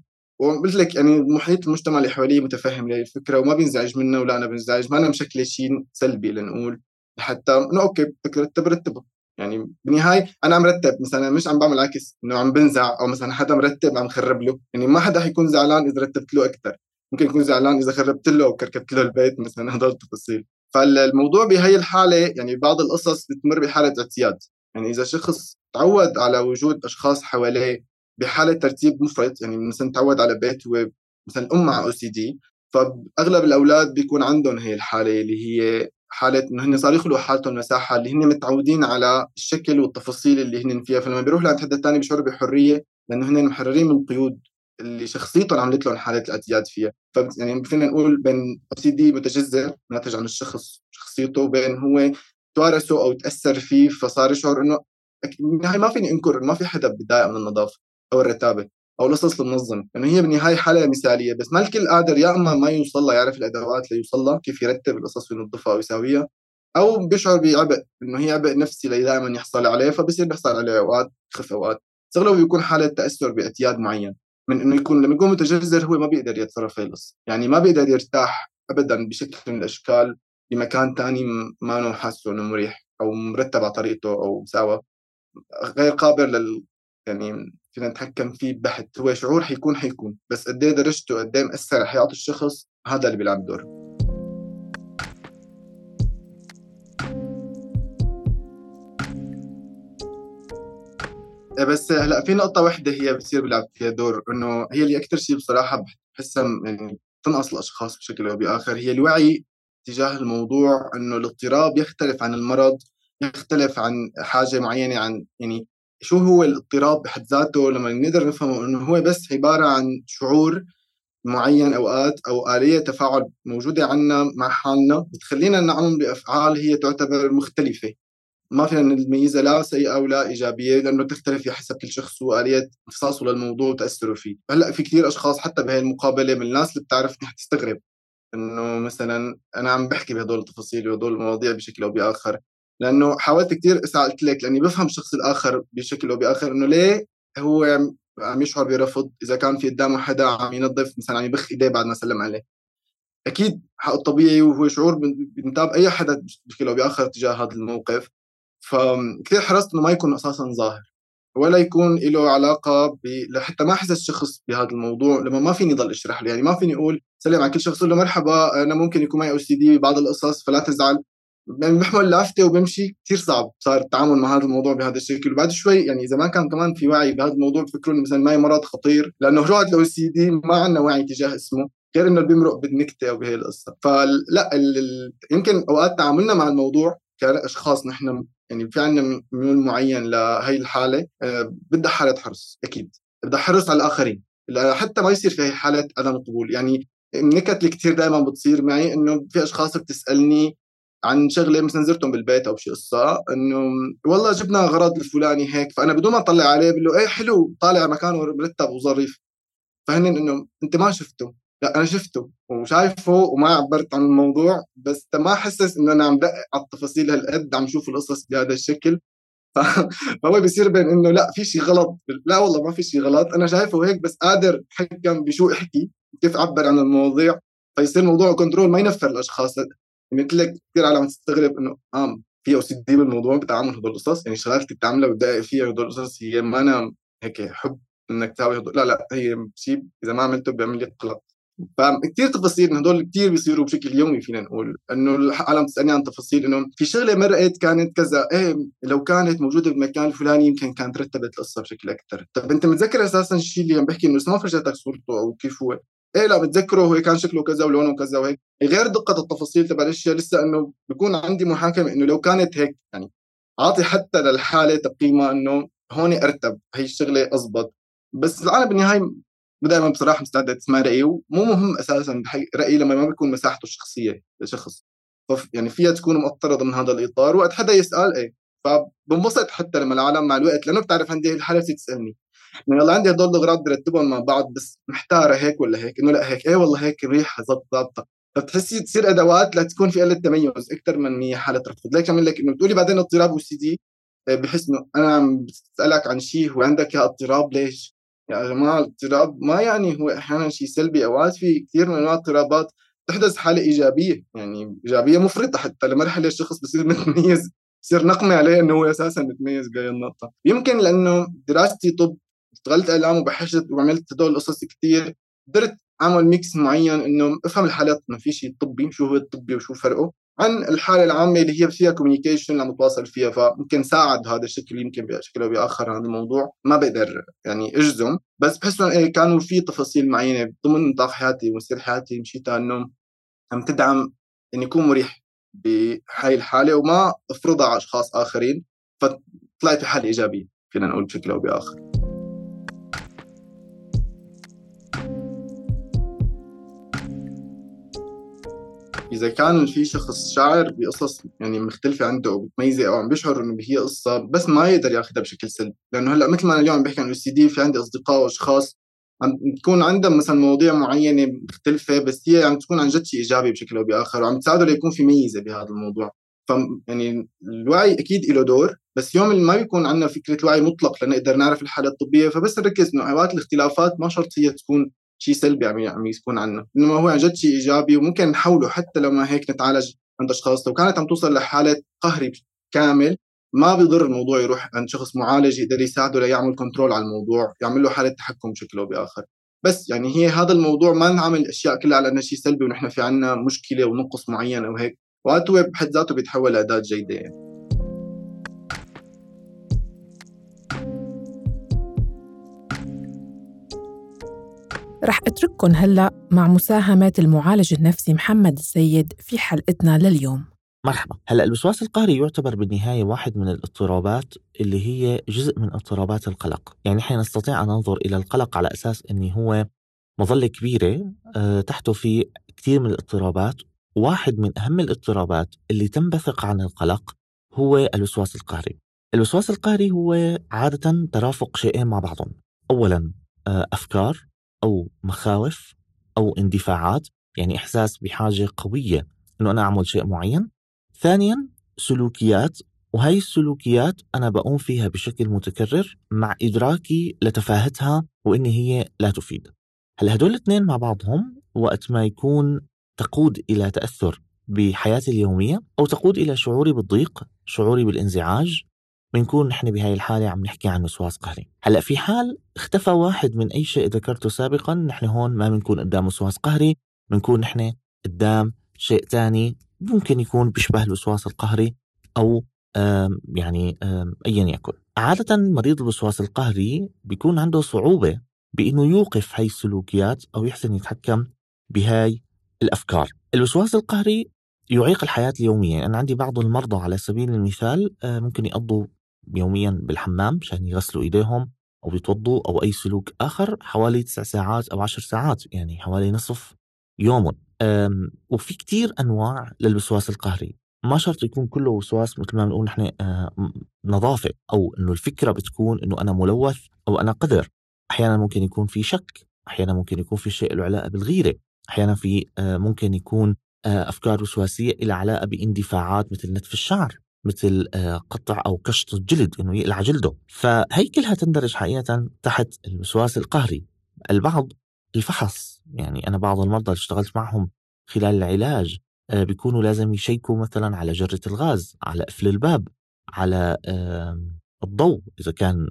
وقلت لك يعني محيط المجتمع اللي حواليه متفهم لي الفكره وما بينزعج منه ولا انا بنزعج، ما انا مشكله شيء سلبي لنقول، حتى انه اوكي بدك ترتب رتبه. يعني بالنهاية أنا عم رتب مثلا، مش عم بعمل عكس إنه عم بنزع، أو مثلا حدا مرتب عم خرب له. يعني ما حدا حيكون زعلان إذا رتبت له أكثر، ممكن يكون زعلان إذا خربت له أو كركبت له البيت مثلا. هذول التفاصيل. فالموضوع بهي الحالة يعني بعض القصص بتمر بحالة اعتياد. يعني إذا شخص تعود على وجود أشخاص حواليه بحالة ترتيب مفرط، يعني مثلا تعود على بيت هو مثلا الأم مع أو سي دي، فأغلب الأولاد بيكون عندهم هي الحالة اللي هي حالة إنه هن صار يخلقوا حالتهم مساحة اللي هن متعودين على الشكل والتفاصيل اللي هن فيها. فلما بيروح لعند حدا تاني بيشعروا بحرية، لأنه هن محررين من القيود اللي شخصيتهم عملت لهم حالة الاعتياد فيها. ف يعني فينا نقول بين أو سي دي متجذر ناتج عن الشخص شخصيته، بين هو توارثه أو تأثر فيه فصار يشعر إنه بالنهاية ما فيني أنكر ما في حدا بيتضايق من النظافة أو الرتابة أو القصص المنظمة، لأنه يعني هي بالنهاية حالة مثالية، بس ما الكل قادر يا أما ما يوصل له، يعرف الأدوات ليوصل له كيف يرتب القصص وينظفها أو يساويها، أو بيشعر بعبء إنه هي عبء نفسي دائما يحصل عليه، فبصير بيحصل عليه أوقات يخف أوقات. أغلبه بيكون حالة تأثر باعتياد معين، من إنه يكون لما يكون متجذر هو ما بيقدر يتصرف في القصة، يعني ما بيقدر يرتاح أبدا بشكل من الأشكال بمكان تاني ما نو حاسه إنه مريح أو مرتب على طريقته أو مساوى، غير قابل لل يعني فينا نتحكم فيه بحت. هو شعور حيكون حيكون بس قد ايه درجته قد ايه مأثر على حياة الشخص، هذا اللي بيلعب دور. بس هلا في نقطة واحدة هي بتصير بيلعب فيها دور، انه هي اللي اكثر شيء بصراحة بحسها يعني تنقص الاشخاص بشكل او باخر، هي الوعي تجاه الموضوع، انه الاضطراب يختلف عن المرض، يختلف عن حاجة معينة، عن يعني شو هو الاضطراب بحد ذاته. لما نقدر نفهمه انه هو بس عبارة عن شعور معين اوقات او آلية تفاعل موجودة عنا مع حالنا بتخلينا نعمل بافعال هي تعتبر مختلفة، ما فينا نميزها لا سيئة ولا إيجابية، لأنه تختلف حسب كل شخص وآلية اختصاصه للموضوع وتأثره فيه. هلأ في كثير أشخاص حتى بهي المقابلة من الناس اللي بتعرفني حتستغرب إنه مثلا أنا عم بحكي بهدول التفاصيل وهدول المواضيع بشكل أو بآخر، لأنه حاولت كثير سألت لك لأني بفهم الشخص الآخر بشكل أو بآخر، إنه ليه هو عم يشعر برفض إذا كان في قدامه حدا عم ينظف مثلا عم يبخ إيديه بعد ما سلم عليه. أكيد حقه الطبيعي وهو شعور بنتاب أي حدا بشكل أو بآخر تجاه هذا الموقف. فكثير حرصت انه ما يكون اساسا ظاهر ولا يكون له علاقه ب... لحتى ما احس الشخص بهذا الموضوع لما ما فيني ضل اشرح له، يعني ما فيني اقول سلم على كل شخص اقول له مرحبا انا ممكن يكون معي او سي دي بعض القصص فلا تزعل، يعني بحمل لافته وبمشي. كثير صعب صار التعامل مع هذا الموضوع بهذا الشكل. وبعد شوي يعني اذا ما كان كمان في وعي بهذا الموضوع بفكروا انه مثلا معي مرض خطير، لانه رجعت الاو سي دي ما عندنا وعي تجاه اسمه غير انه بيمرق بالنكته او بهي القصه. فلا ال... ال... يمكن اوقات تعاملنا مع الموضوع كاشخاص نحن يعني في عندنا ميول معين لهي الحالة، أه بدها حالة حرص، أكيد بدها حرص على الآخرين حتى ما يصير في حالة عدم قبول. يعني النكت اللي كتير دائما بتصير معي إنه في أشخاص بتسألني عن شغلة مثلا زرتهم بالبيت أو شيء قصة، إنه والله جبنا غرض الفلاني هيك، فأنا بدون ما أطلع عليه بقول له إيه حلو طالع مكانه مرتب وظريف، فهن إنه أنت ما شفته. لا أنا شفته وشايفه وما عبرت عن الموضوع، بس ما حسس إنه أنا عم دقق على التفاصيل هالقد، عم شوف القصص بهذا الشكل. فهو بيصير بين إنه لا في شيء غلط، لا والله ما في شيء غلط، أنا شايفه هيك بس قادر أتحكم بشو أحكي كيف أعبر عن المواضيع، فيصير الموضوع كنترول ما ينفر الأشخاص. مثل لك كثير عالم تستغرب إنه آه في أو سي دي بالموضوع بتعامل هدول القصص، يعني شغلات اللي بتعملها وبتدقق فيها هدول القصص هي ما أنا هيك حب انك تساوي هدول، لا لا هي شيء اذا ما عملته بيعمل لي قلق. فكتير تفاصيل هدول كتير بيصيروا بشكل يومي. فينا نقول انه العالم تسالني عن تفاصيل انه في شغله مرقت كانت كذا، ايه لو كانت موجوده بالمكان الفلاني يمكن كانت رتبت القصه بشكل اكثر. طب انت متذكر اساسا الشيء اللي عم بحكي انه ما فرجتك صورته او كيف هو؟ ايه لا متذكره هو كان شكله كذا ولونه كذا وهيك، غير دقه التفاصيل تبع الاشياء لسه انه بيكون عندي محاكمه انه لو كانت هيك، يعني اعطي حتى للحاله تقييمها انه هون ارتب هي الشغله اضبط. بس العالم بالنهاية دائما بصراحة مستعدة تسمع رأيه، ومو مهم أساسا رأيي لما ما بيكون مساحته الشخصية لشخص، يعني فيها تكون مؤطرة من هذا الإطار. وقت حدا يسأل إيه فبنبسط حتى لما العالم مع الوقت، لأنه بتعرف عندي الحالة تسألني إنه يلا عندي هدول الأغراض برتبهم مع بعض بس محتارة هيك ولا هيك، إنه لا هيك إيه والله هيك ريحة ضابطة، فبتحسي تصير أدوات لتكون في قلة تميز أكثر من هي حالة رفض. ليك عمل لك إنه بتقولي بعدين اضطراب وسي دي، بحس إنه أنا عم بسألك عن شيء وعندك يا اضطراب. ليش يا جماعة الاضطراب ما يعني هو أحيانا شيء سلبي، أوقات في كثير من أنواع الاضطرابات تحدث حالة إيجابية، يعني إيجابية مفرطة حتى لمرحلة الشخص بصير متميز يصير نقمة عليه إنه هو أساساً متميز بهاي النقطة. يمكن لأنه دراستي طب، اشتغلت إعلام وبحثت وعملت هدول القصص كتير، قدرت أعمل ميكس معين إنه أفهم الحالات، ما في شيء طبي شو هو الطبي وشو فرقه عن الحالة العامة اللي هي فيها كوميونيكيشن عم نتواصل فيها. فممكن ساعد هذا الشكل، يمكن بشكل أو بآخر هذا الموضوع ما بقدر يعني أجزم، بس بحس إنه إيه كانوا في تفاصيل معينة ضمن نطاق حياتي ومسير حياتي مشيتها إنه عم تدعم إني أكون مريح بهاي الحالة وما أفرضها على أشخاص آخرين، فطلعت بحالة إيجابية فينا نقول بشكل أو بآخر. إذا كان في شخص شاعر بقصص يعني مختلفة عنده أو بتميزه أو عم بيشعر إنه هي قصة بس ما يقدر ياخدها بشكل سلبي، لأنه هلأ مثل ما أنا اليوم عم بحكي عن السي دي، في عندي أصدقاء وأشخاص عم تكون عندهم مثلا مواضيع معينة مختلفة بس هي عم تكون عن جد شيء إيجابي بشكل أو بآخر، وعم تساعده ليكون في ميزة بهذا الموضوع. ف يعني الوعي أكيد له دور، بس يوم اللي ما بيكون عندنا فكرة الوعي مطلق لنقدر نعرف الحالة الطبية، فبس نركز إنه أوقات الاختلافات ما شرط هي تكون شيء سلبي عم عم يكون عنه، إنما هو عن جد شيء إيجابي وممكن نحوله حتى لو ما هيك نتعالج عند أشخاص. لو كانت عم توصل لحالة قهري كامل ما بيضر الموضوع يروح عند شخص معالج يقدر يساعده ليعمل كنترول على الموضوع، يعمل له حالة تحكم بشكل أو بآخر. بس يعني هي هذا الموضوع ما نعمل الأشياء كلها على أنه شيء سلبي ونحن في عنا مشكلة ونقص معين أو هيك، وقت هو بحد ذاته بيتحول لأداة جيدة يعني. رح أترككن هلأ مع مساهمة المعالج النفسي محمد السيد في حلقتنا لليوم. مرحبا. هلأ الوسواس القهري يعتبر بالنهاية واحد من الاضطرابات اللي هي جزء من اضطرابات القلق. يعني حين نستطيع أن ننظر إلى القلق على أساس أنه هو مظلة كبيرة أه تحته في كثير من الاضطرابات. واحد من أهم الاضطرابات اللي تنبثق عن القلق هو الوسواس القهري. الوسواس القهري هو عادة ترافق شيئين مع بعضهم. أولا أه أفكار أو مخاوف أو اندفاعات، يعني إحساس بحاجة قوية أنه أنا أعمل شيء معين. ثانياً سلوكيات، وهي السلوكيات أنا بقوم فيها بشكل متكرر مع إدراكي لتفاهتها وإن هي لا تفيد. هل هدول الاثنين مع بعضهم وقت ما يكون تقود إلى تأثر بحياتي اليومية أو تقود إلى شعوري بالضيق، شعوري بالانزعاج، بنكون نحن بهاي الحالة عم نحكي عن وسواس قهري. هلأ في حال اختفى واحد من أي شيء ذكرته سابقاً، نحن هون ما بنكون قدام وسواس قهري، بنكون نحن قدام شيء تاني ممكن يكون بيشبه الوسواس القهري أو آم يعني آم أيا يكن. عادة مريض الوسواس القهري بيكون عنده صعوبة بأنه يوقف هاي السلوكيات أو يحسن يتحكم بهاي الأفكار. الوسواس القهري يعيق الحياة اليومية. أنا عندي بعض المرضى على سبيل المثال ممكن يقضوا يوميا بالحمام عشان يغسلوا إيديهم أو يتوضوا أو أي سلوك آخر حوالي تسع ساعات أو عشر ساعات، يعني حوالي نصف يوم. وفي كتير أنواع للوسواس القهري، ما شرط يكون كله وسواس مثل ما بنقول نحن نظافة، أو إنه الفكرة بتكون إنه أنا ملوث أو أنا قذر. أحيانا ممكن يكون في شك، أحيانا ممكن يكون في شيء له علاقة بالغيرة، أحيانا في ممكن يكون أفكار وسواسية إلى علاقة باندفاعات مثل نتف الشعر، مثل قطع أو كشط الجلد إنه يقلع جلده. فهي كلها تندرج حقيقة تحت الوسواس القهري. البعض الفحص، يعني أنا بعض المرضى اللي اشتغلت معهم خلال العلاج بيكونوا لازم يشيكوا مثلا على جرة الغاز، على قفل الباب، على الضوء إذا كان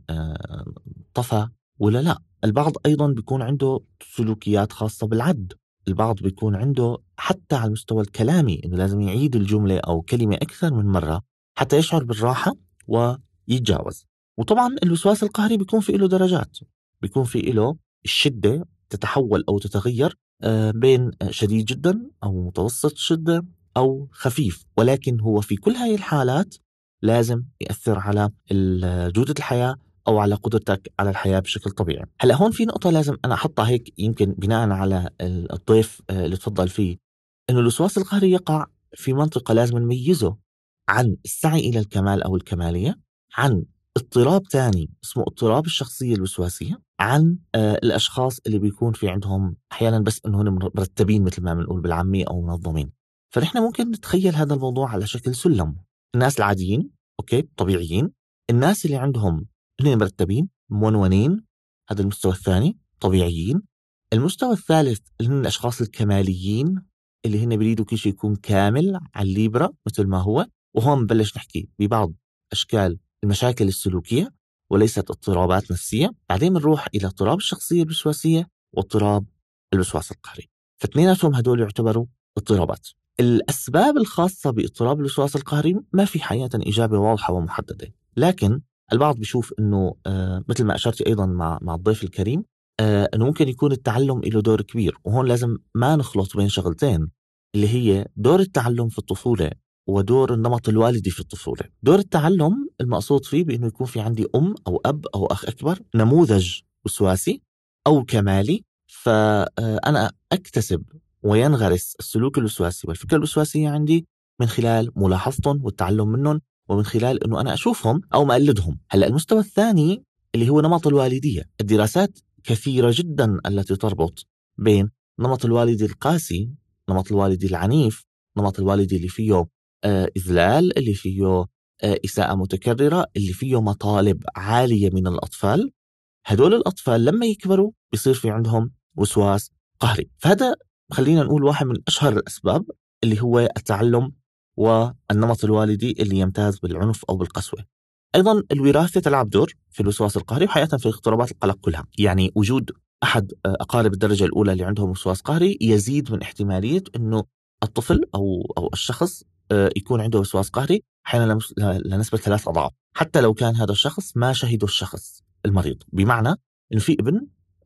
طفى ولا لا. البعض أيضا بيكون عنده سلوكيات خاصة بالعد. البعض بيكون عنده حتى على المستوى الكلامي إنه لازم يعيد الجملة أو كلمة أكثر من مرة حتى يشعر بالراحة ويتجاوز. وطبعا الوسواس القهري بيكون في له درجات، بيكون في له الشدة تتحول أو تتغير بين شديد جدا أو متوسط شدة أو خفيف، ولكن هو في كل هاي الحالات لازم يأثر على جودة الحياة أو على قدرتك على الحياة بشكل طبيعي. هلأ هون في نقطة لازم أنا أحطها هيك يمكن بناء على الضيف اللي تفضل فيه، إنه الوسواس القهري يقع في منطقة لازم نميزه عن السعي إلى الكمال أو الكمالية، عن اضطراب تاني اسمه اضطراب الشخصية الوسواسية، عن آه الأشخاص اللي بيكون في عندهم أحيانا بس إنه هن مرتبين مثل ما بنقول بالعامية أو منظمين. فنحن ممكن نتخيل هذا الموضوع على شكل سلم. الناس العاديين أوكي طبيعيين، الناس اللي عندهم هن مرتبين مونونين، هذا المستوى الثاني طبيعيين. المستوى الثالث اللي هن الأشخاص الكماليين اللي هن بريدوا كل شيء يكون كامل على الليبرا مثل ما هو، وهون بلش نحكي ببعض أشكال المشاكل السلوكية وليست اضطرابات نفسية. بعدين بنروح إلى اضطراب الشخصية الوسواسية واضطراب الوسواس القهري، فاثنيناتهم هدول يعتبروا اضطرابات. الأسباب الخاصة باضطراب الوسواس القهري ما في حقيقة إجابة واضحة ومحددة، لكن البعض بيشوف أنه آه مثل ما أشرت أيضا مع مع الضيف الكريم آه أنه ممكن يكون التعلم له دور كبير. وهون لازم ما نخلط بين شغلتين اللي هي دور التعلم في الطفولة ودور النمط الوالدي في الطفولة. دور التعلم المقصود فيه بأنه يكون في عندي أم أو أب أو أخ أكبر نموذج وسواسي أو كمالي، فأنا أكتسب وينغرس السلوك الوسواسي والفكرة الوسواسية عندي من خلال ملاحظتهم والتعلم منهم، ومن خلال أنه أنا أشوفهم أو ما أقلدهم. هلأ المستوى الثاني اللي هو نمط الوالدية، الدراسات كثيرة جدا التي تربط بين نمط الوالدي القاسي، نمط الوالدي العنيف، نمط الوالدي اللي فيه آه إذلال، اللي فيه آه إساءة متكررة، اللي فيه مطالب عالية من الأطفال. هدول الأطفال لما يكبروا بيصير في عندهم وسواس قهري. فهذا خلينا نقول واحد من أشهر الأسباب اللي هو التعلم والنمط الوالدي اللي يمتاز بالعنف أو بالقسوة. أيضا الوراثة تلعب دور في الوسواس القهري وحقيقة في اضطرابات القلق كلها. يعني وجود أحد أقارب الدرجة الأولى اللي عندهم وسواس قهري يزيد من احتمالية أنه الطفل أو أو الشخص يكون عنده وسواس قهري أحيانا لنسبة ثلاث أضعاف، حتى لو كان هذا الشخص ما شهده الشخص المريض. بمعنى إنه في ابن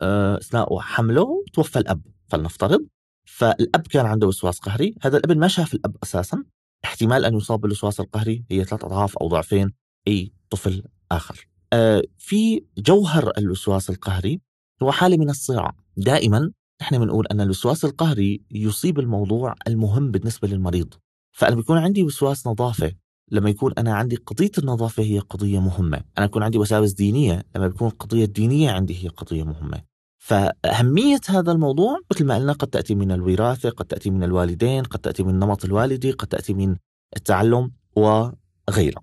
أثناء حمله توفى الأب فلنفترض، فالأب كان عنده وسواس قهري، هذا الابن ما شاف الأب أساسا، احتمال أن يصاب بالوسواس القهري هي ثلاث أضعاف أو ضعفين أي طفل آخر. آه في جوهر الوسواس القهري هو حالة من الصراع. دائما نحن بنقول أن الوسواس القهري يصيب الموضوع المهم بالنسبة للمريض. فأنا بيكون عندي وسواس نظافة لما يكون أنا عندي قضية النظافة هي قضية مهمة، أنا يكون عندي وساوس دينية لما يكون القضية الدينية عندي هي قضية مهمة. فأهمية هذا الموضوع مثل ما قلنا قد تأتي من الوراثة، قد تأتي من الوالدين، قد تأتي من النمط الوالدي، قد تأتي من التعلم وغيره.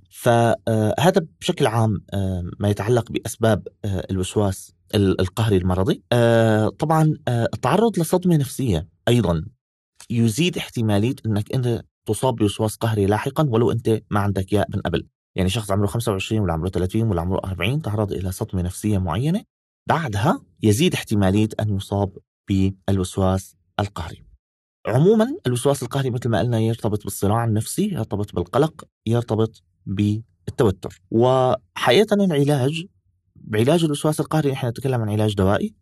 فهذا بشكل عام ما يتعلق بأسباب الوسواس القهري المرضي. طبعا التعرض لصدمة نفسية أيضا يزيد احتمالية أنك أنت تصاب بوسواس قهري لاحقا ولو أنت ما عندك ياء من قبل. يعني شخص عمره خمسة وعشرين ولا عمره ثلاثين ولا عمره أربعين تعرض إلى صدمة نفسية معينة، بعدها يزيد احتمالية أن يصاب بالوسواس القهري. عموما الوسواس القهري مثل ما قلنا يرتبط بالصراع النفسي، يرتبط بالقلق، يرتبط بالتوتر. وحقيقة العلاج بعلاج الوسواس القهري نحن نتكلم عن علاج دوائي،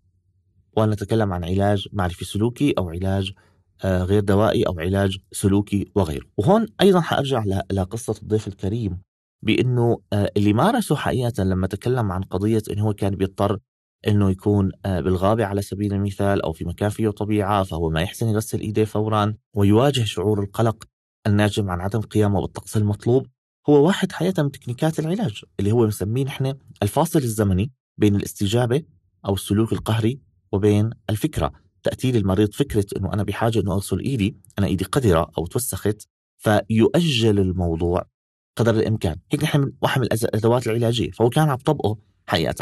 ونتكلم عن علاج معرفي سلوكي أو علاج آه غير دوائي أو علاج سلوكي وغيره. وهون أيضا حأرجع لقصة الضيف الكريم بأنه آه اللي مارسه حقيقة لما تكلم عن قضية أنه هو كان بيضطر أنه يكون آه بالغابة على سبيل المثال أو في مكان فيه طبيعة، فهو ما يحسن يغسل إيديه فورا ويواجه شعور القلق الناجم عن عدم قيامه بالطقس المطلوب. هو واحد حقيقة من تكنيكات العلاج اللي هو مسميه نحن الفاصل الزمني بين الاستجابة أو السلوك القهري وبين الفكرة. تأتي للمريض فكرة أنه أنا بحاجة أنه أغسل إيدي، أنا إيدي قذرة أو توسخت، فيؤجل الموضوع قدر الإمكان. هيك نحن من واحد من الأدوات العلاجية، فهو كان عم طبقه حقيقة.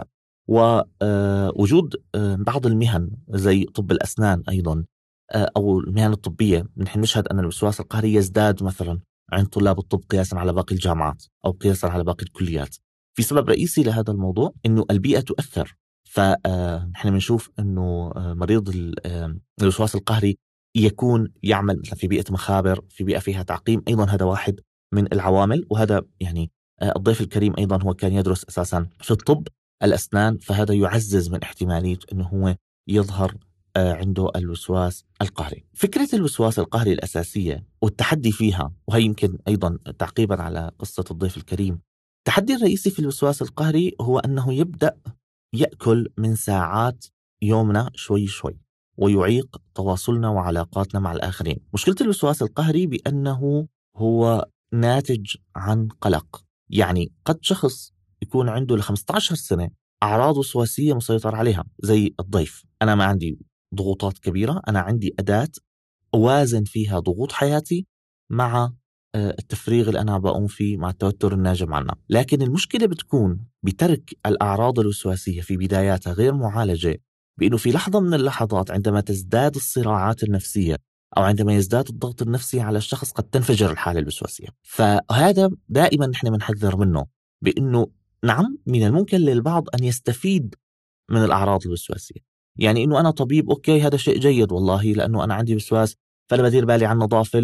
ووجود بعض المهن زي طب الأسنان أيضا أو المهن الطبية نحن نشهد أن الوسواس القهري يزداد مثلا عند طلاب الطب قياسا على باقي الجامعات أو قياسا على باقي الكليات. في سبب رئيسي لهذا الموضوع أنه البيئة تؤثر. فنحن بنشوف أنه مريض الوسواس القهري يكون يعمل مثلا في بيئة مخابر، في بيئة فيها تعقيم، أيضا هذا واحد من العوامل. وهذا يعني الضيف الكريم أيضا هو كان يدرس أساسا في الطب الأسنان، فهذا يعزز من احتمالية أنه هو يظهر عنده الوسواس القهري. فكرة الوسواس القهري الأساسية والتحدي فيها، وهي يمكن أيضا تعقيبا على قصة الضيف الكريم، التحدي الرئيسي في الوسواس القهري هو أنه يبدأ يأكل من ساعات يومنا شوي شوي ويعيق تواصلنا وعلاقاتنا مع الآخرين. مشكلة الوسواس القهري بأنه هو ناتج عن قلق. يعني قد شخص يكون عنده لخمسة عشر سنة أعراض وسواسية مسيطر عليها زي الضيف، أنا ما عندي ضغوطات كبيرة، أنا عندي أداة أوازن فيها ضغوط حياتي مع التفريغ اللي أنا بقوم فيه مع التوتر الناجم عنه. لكن المشكلة بتكون بترك الأعراض الوسواسية في بداياتها غير معالجة، بأنه في لحظة من اللحظات عندما تزداد الصراعات النفسية أو عندما يزداد الضغط النفسي على الشخص قد تنفجر الحالة الوسواسية. فهذا دائما نحن بنحذر منه، بأنه نعم من الممكن للبعض أن يستفيد من الأعراض الوسواسية. يعني إنه أنا طبيب، أوكي هذا شيء جيد والله، لأنه أنا عندي وسواس فأنا بدير بالي عن نظافة.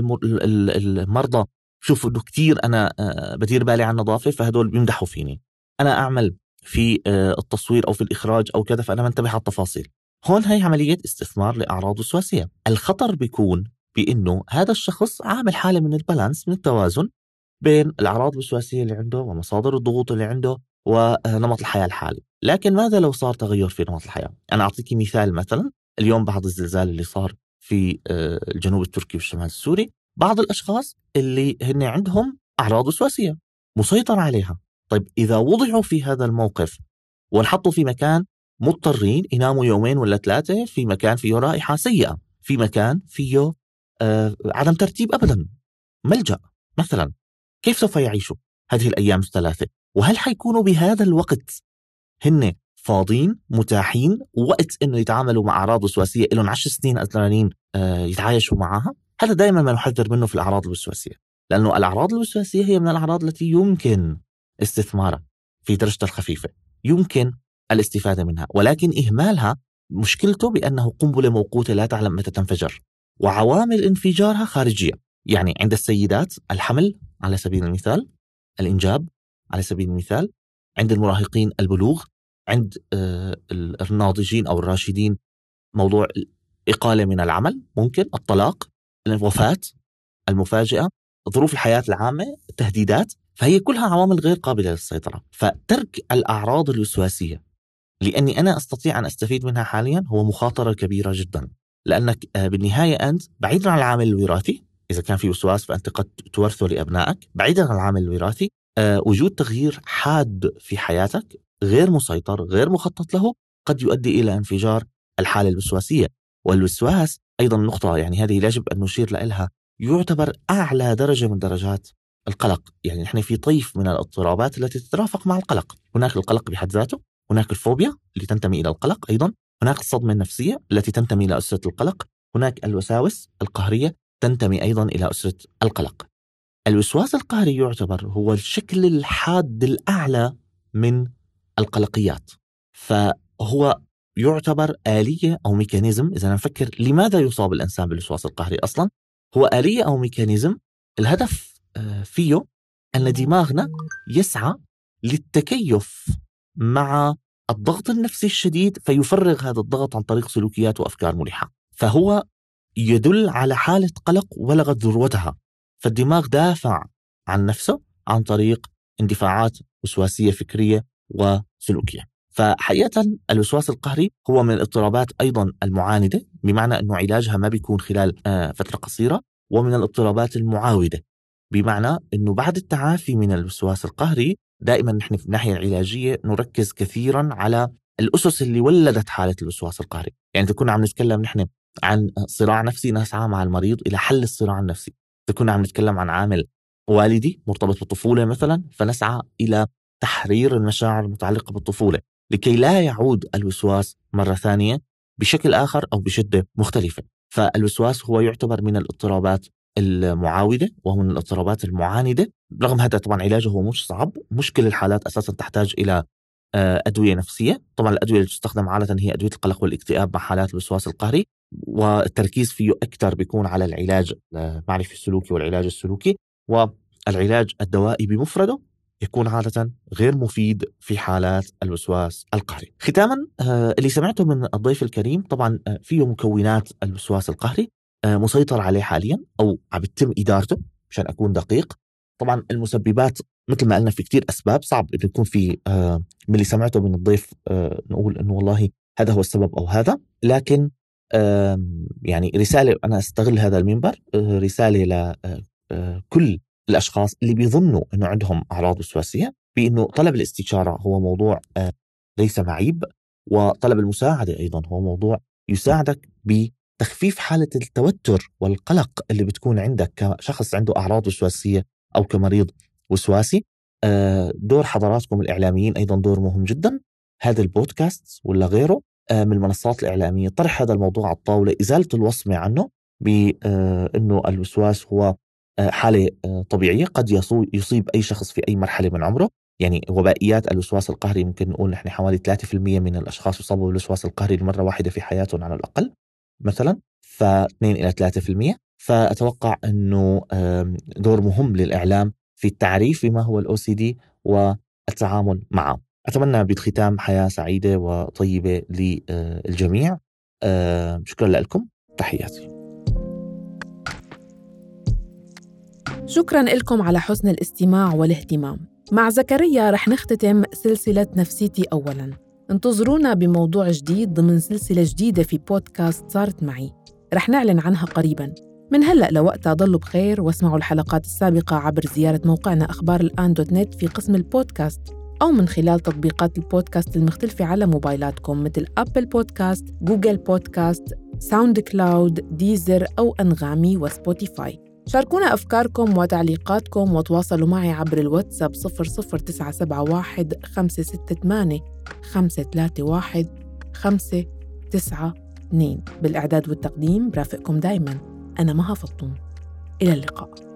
المرضى شوفوا إنه كتير أنا بدير بالي عن نظافة فهدول بيمدحوا فيني. أنا أعمل في التصوير أو في الإخراج أو كذا فأنا منتبه على التفاصيل. هون هي عملية استثمار لأعراض وسواسية. الخطر بيكون بأنه هذا الشخص عامل حالة من البالانس، من التوازن بين الأعراض الوسواسية اللي عنده ومصادر الضغوط اللي عنده ونمط الحياة الحالي. لكن ماذا لو صار تغير في نمط الحياة؟ أنا أعطيك مثال. مثلا اليوم بعد الزلزال اللي صار في الجنوب التركي والشمال السوري، بعض الأشخاص اللي هن عندهم أعراض وسواسية مسيطر عليها. طيب إذا وضعوا في هذا الموقف ونحطوا في مكان مضطرين يناموا يومين ولا ثلاثة في مكان فيه رائحة سيئة، في مكان فيه آه عدم ترتيب أبدا، ملجأ مثلا، كيف سوف يعيشوا هذه الأيام الثلاثة؟ وهل حيكونوا بهذا الوقت هن فاضين متاحين وقت إنه يتعاملوا مع أعراض وسواسية إلهم عشر سنين أثنين آه يتعايشوا معها؟ هذا دائما ما نحذر منه في الأعراض الوسواسية، لأنه الأعراض الوسواسية هي من الأعراض التي يمكن استثمارها في درجة الخفيفة، يمكن الاستفادة منها، ولكن إهمالها مشكلته بأنه قنبلة موقوتة لا تعلم متى تنفجر، وعوامل انفجارها خارجية. يعني عند السيدات الحمل على سبيل المثال، الإنجاب على سبيل المثال، عند المراهقين البلوغ، عند الناضجين أو الراشدين موضوع الإقالة من العمل، ممكن الطلاق، الوفاة المفاجئة، ظروف الحياة العامة، التهديدات. فهي كلها عوامل غير قابلة للسيطرة. فترك الأعراض الوسواسية لأني أنا أستطيع أن أستفيد منها حاليا هو مخاطرة كبيرة جدا، لأنك بالنهاية أنت بعيدا عن العامل الوراثي، إذا كان في وسواس فأنت قد تورثه لأبنائك، بعيدا عن العامل الوراثي وجود تغيير حاد في حياتك غير مسيطر غير مخطط له قد يؤدي إلى انفجار الحالة الوسواسية. والوسواس أيضا نقطة يعني هذه يجب أن نشير لها، يعتبر أعلى درجة من درجات القلق. يعني نحن في طيف من الاضطرابات التي تترافق مع القلق. هناك القلق بحد ذاته، هناك الفوبيا اللي تنتمي إلى القلق أيضا، هناك الصدمة النفسية التي تنتمي إلى أسرة القلق، هناك الوساوس القهرية تنتمي أيضا إلى أسرة القلق. الوسواس القهري يعتبر هو الشكل الحاد الأعلى من القلقيات، فهو يعتبر آلية أو ميكانيزم. إذا نفكر لماذا يصاب الإنسان بالوسواس القهري أصلا، هو آلية أو ميكانيزم الهدف فيه أن دماغنا يسعى للتكيف مع الضغط النفسي الشديد فيفرغ هذا الضغط عن طريق سلوكيات وأفكار مريحة. فهو يدل على حالة قلق ولغت ذروتها، فالدماغ دافع عن نفسه عن طريق اندفاعات وسواسية فكرية وسلوكية. فحقيقة الوسواس القهري هو من الاضطرابات أيضا المعاندة، بمعنى أنه علاجها ما بيكون خلال فترة قصيرة، ومن الاضطرابات المعاودة، بمعنى أنه بعد التعافي من الوسواس القهري دائما نحن في الناحية العلاجية نركز كثيرا على الأسس اللي ولدت حالة الوسواس القهري. يعني إذا كنا عم نتكلم نحن عن صراع نفسي نسعى مع المريض إلى حل الصراع النفسي، إذا كنا عم نتكلم عن عامل والدي مرتبط بالطفولة مثلا فنسعى إلى تحرير المشاعر المتعلقة بالطفولة لكي لا يعود الوسواس مرة ثانية بشكل آخر أو بشدة مختلفة. فالوسواس هو يعتبر من الاضطرابات المعاودة وهو من الاضطرابات المعاندة. رغم هذا طبعا علاجه هو مش صعب، مش كل الحالات أساسا تحتاج إلى أدوية نفسية. طبعا الأدوية اللي تستخدم عادة هي أدوية القلق والاكتئاب مع حالات الوسواس القهري، والتركيز فيه أكثر بيكون على العلاج المعرفي السلوكي والعلاج السلوكي، والعلاج الدوائي بمفرده يكون عادة غير مفيد في حالات الوسواس القهري. ختاما اللي سمعته من الضيف الكريم طبعا فيه مكونات الوسواس القهري مسيطر عليه حاليا أو عم بتم إدارته مشان أكون دقيق. طبعا المسببات مثل ما قلنا في كتير أسباب، صعب إنه يكون في من اللي سمعته من الضيف نقول إنه والله هذا هو السبب أو هذا، لكن يعني رسالة أنا أستغل هذا المنبر، رسالة لكل الأشخاص اللي بيظنوا إنه عندهم أعراض وسواسية بأنه طلب الاستشارة هو موضوع ليس معيب، وطلب المساعدة أيضا هو موضوع يساعدك بتخفيف حالة التوتر والقلق اللي بتكون عندك كشخص عنده أعراض وسواسية أو كمريض وسواسي. دور حضراتكم الإعلاميين أيضا دور مهم جدا. هذا البودكاست ولا غيره من المنصات الإعلامية طرح هذا الموضوع على الطاولة، إزالة الوصمة عنه بأنه الوسواس هو حالة طبيعية قد يصيب أي شخص في أي مرحلة من عمره. يعني وبائيات الوسواس القهري ممكن نقول نحن حوالي ثلاثة بالمئة من الأشخاص يصابوا بالوسواس القهري لمرة واحدة في حياتهم على الأقل مثلا، فاثنين إلى ثلاثة بالمئة. فأتوقع أنه دور مهم للإعلام في التعريف بما هو الأو سي دي والتعامل معه. أتمنى بالختام حياة سعيدة وطيبة للجميع. شكرا لكم، تحياتي. شكراً لكم على حسن الاستماع والاهتمام. مع زكريا رح نختتم سلسلة نفسيتي أولاً. انتظرونا بموضوع جديد ضمن سلسلة جديدة في بودكاست صارت معي، رح نعلن عنها قريباً. من هلأ لوقتها ضلوا بخير، واسمعوا الحلقات السابقة عبر زيارة موقعنا أخبار الآن دوت نت في قسم البودكاست، أو من خلال تطبيقات البودكاست المختلفة على موبايلاتكم مثل أبل بودكاست، جوجل بودكاست، ساوند كلاود، ديزر أو أنغامي وسبوتيفاي. شاركونا أفكاركم وتعليقاتكم وتواصلوا معي عبر الواتساب صفر صفر تسعة سبعة واحد خمسة ستة ثمانية خمسة ثلاثة واحد خمسة تسعة اثنين. بالإعداد والتقديم برافقكم دايماً أنا مها فطوم. إلى اللقاء.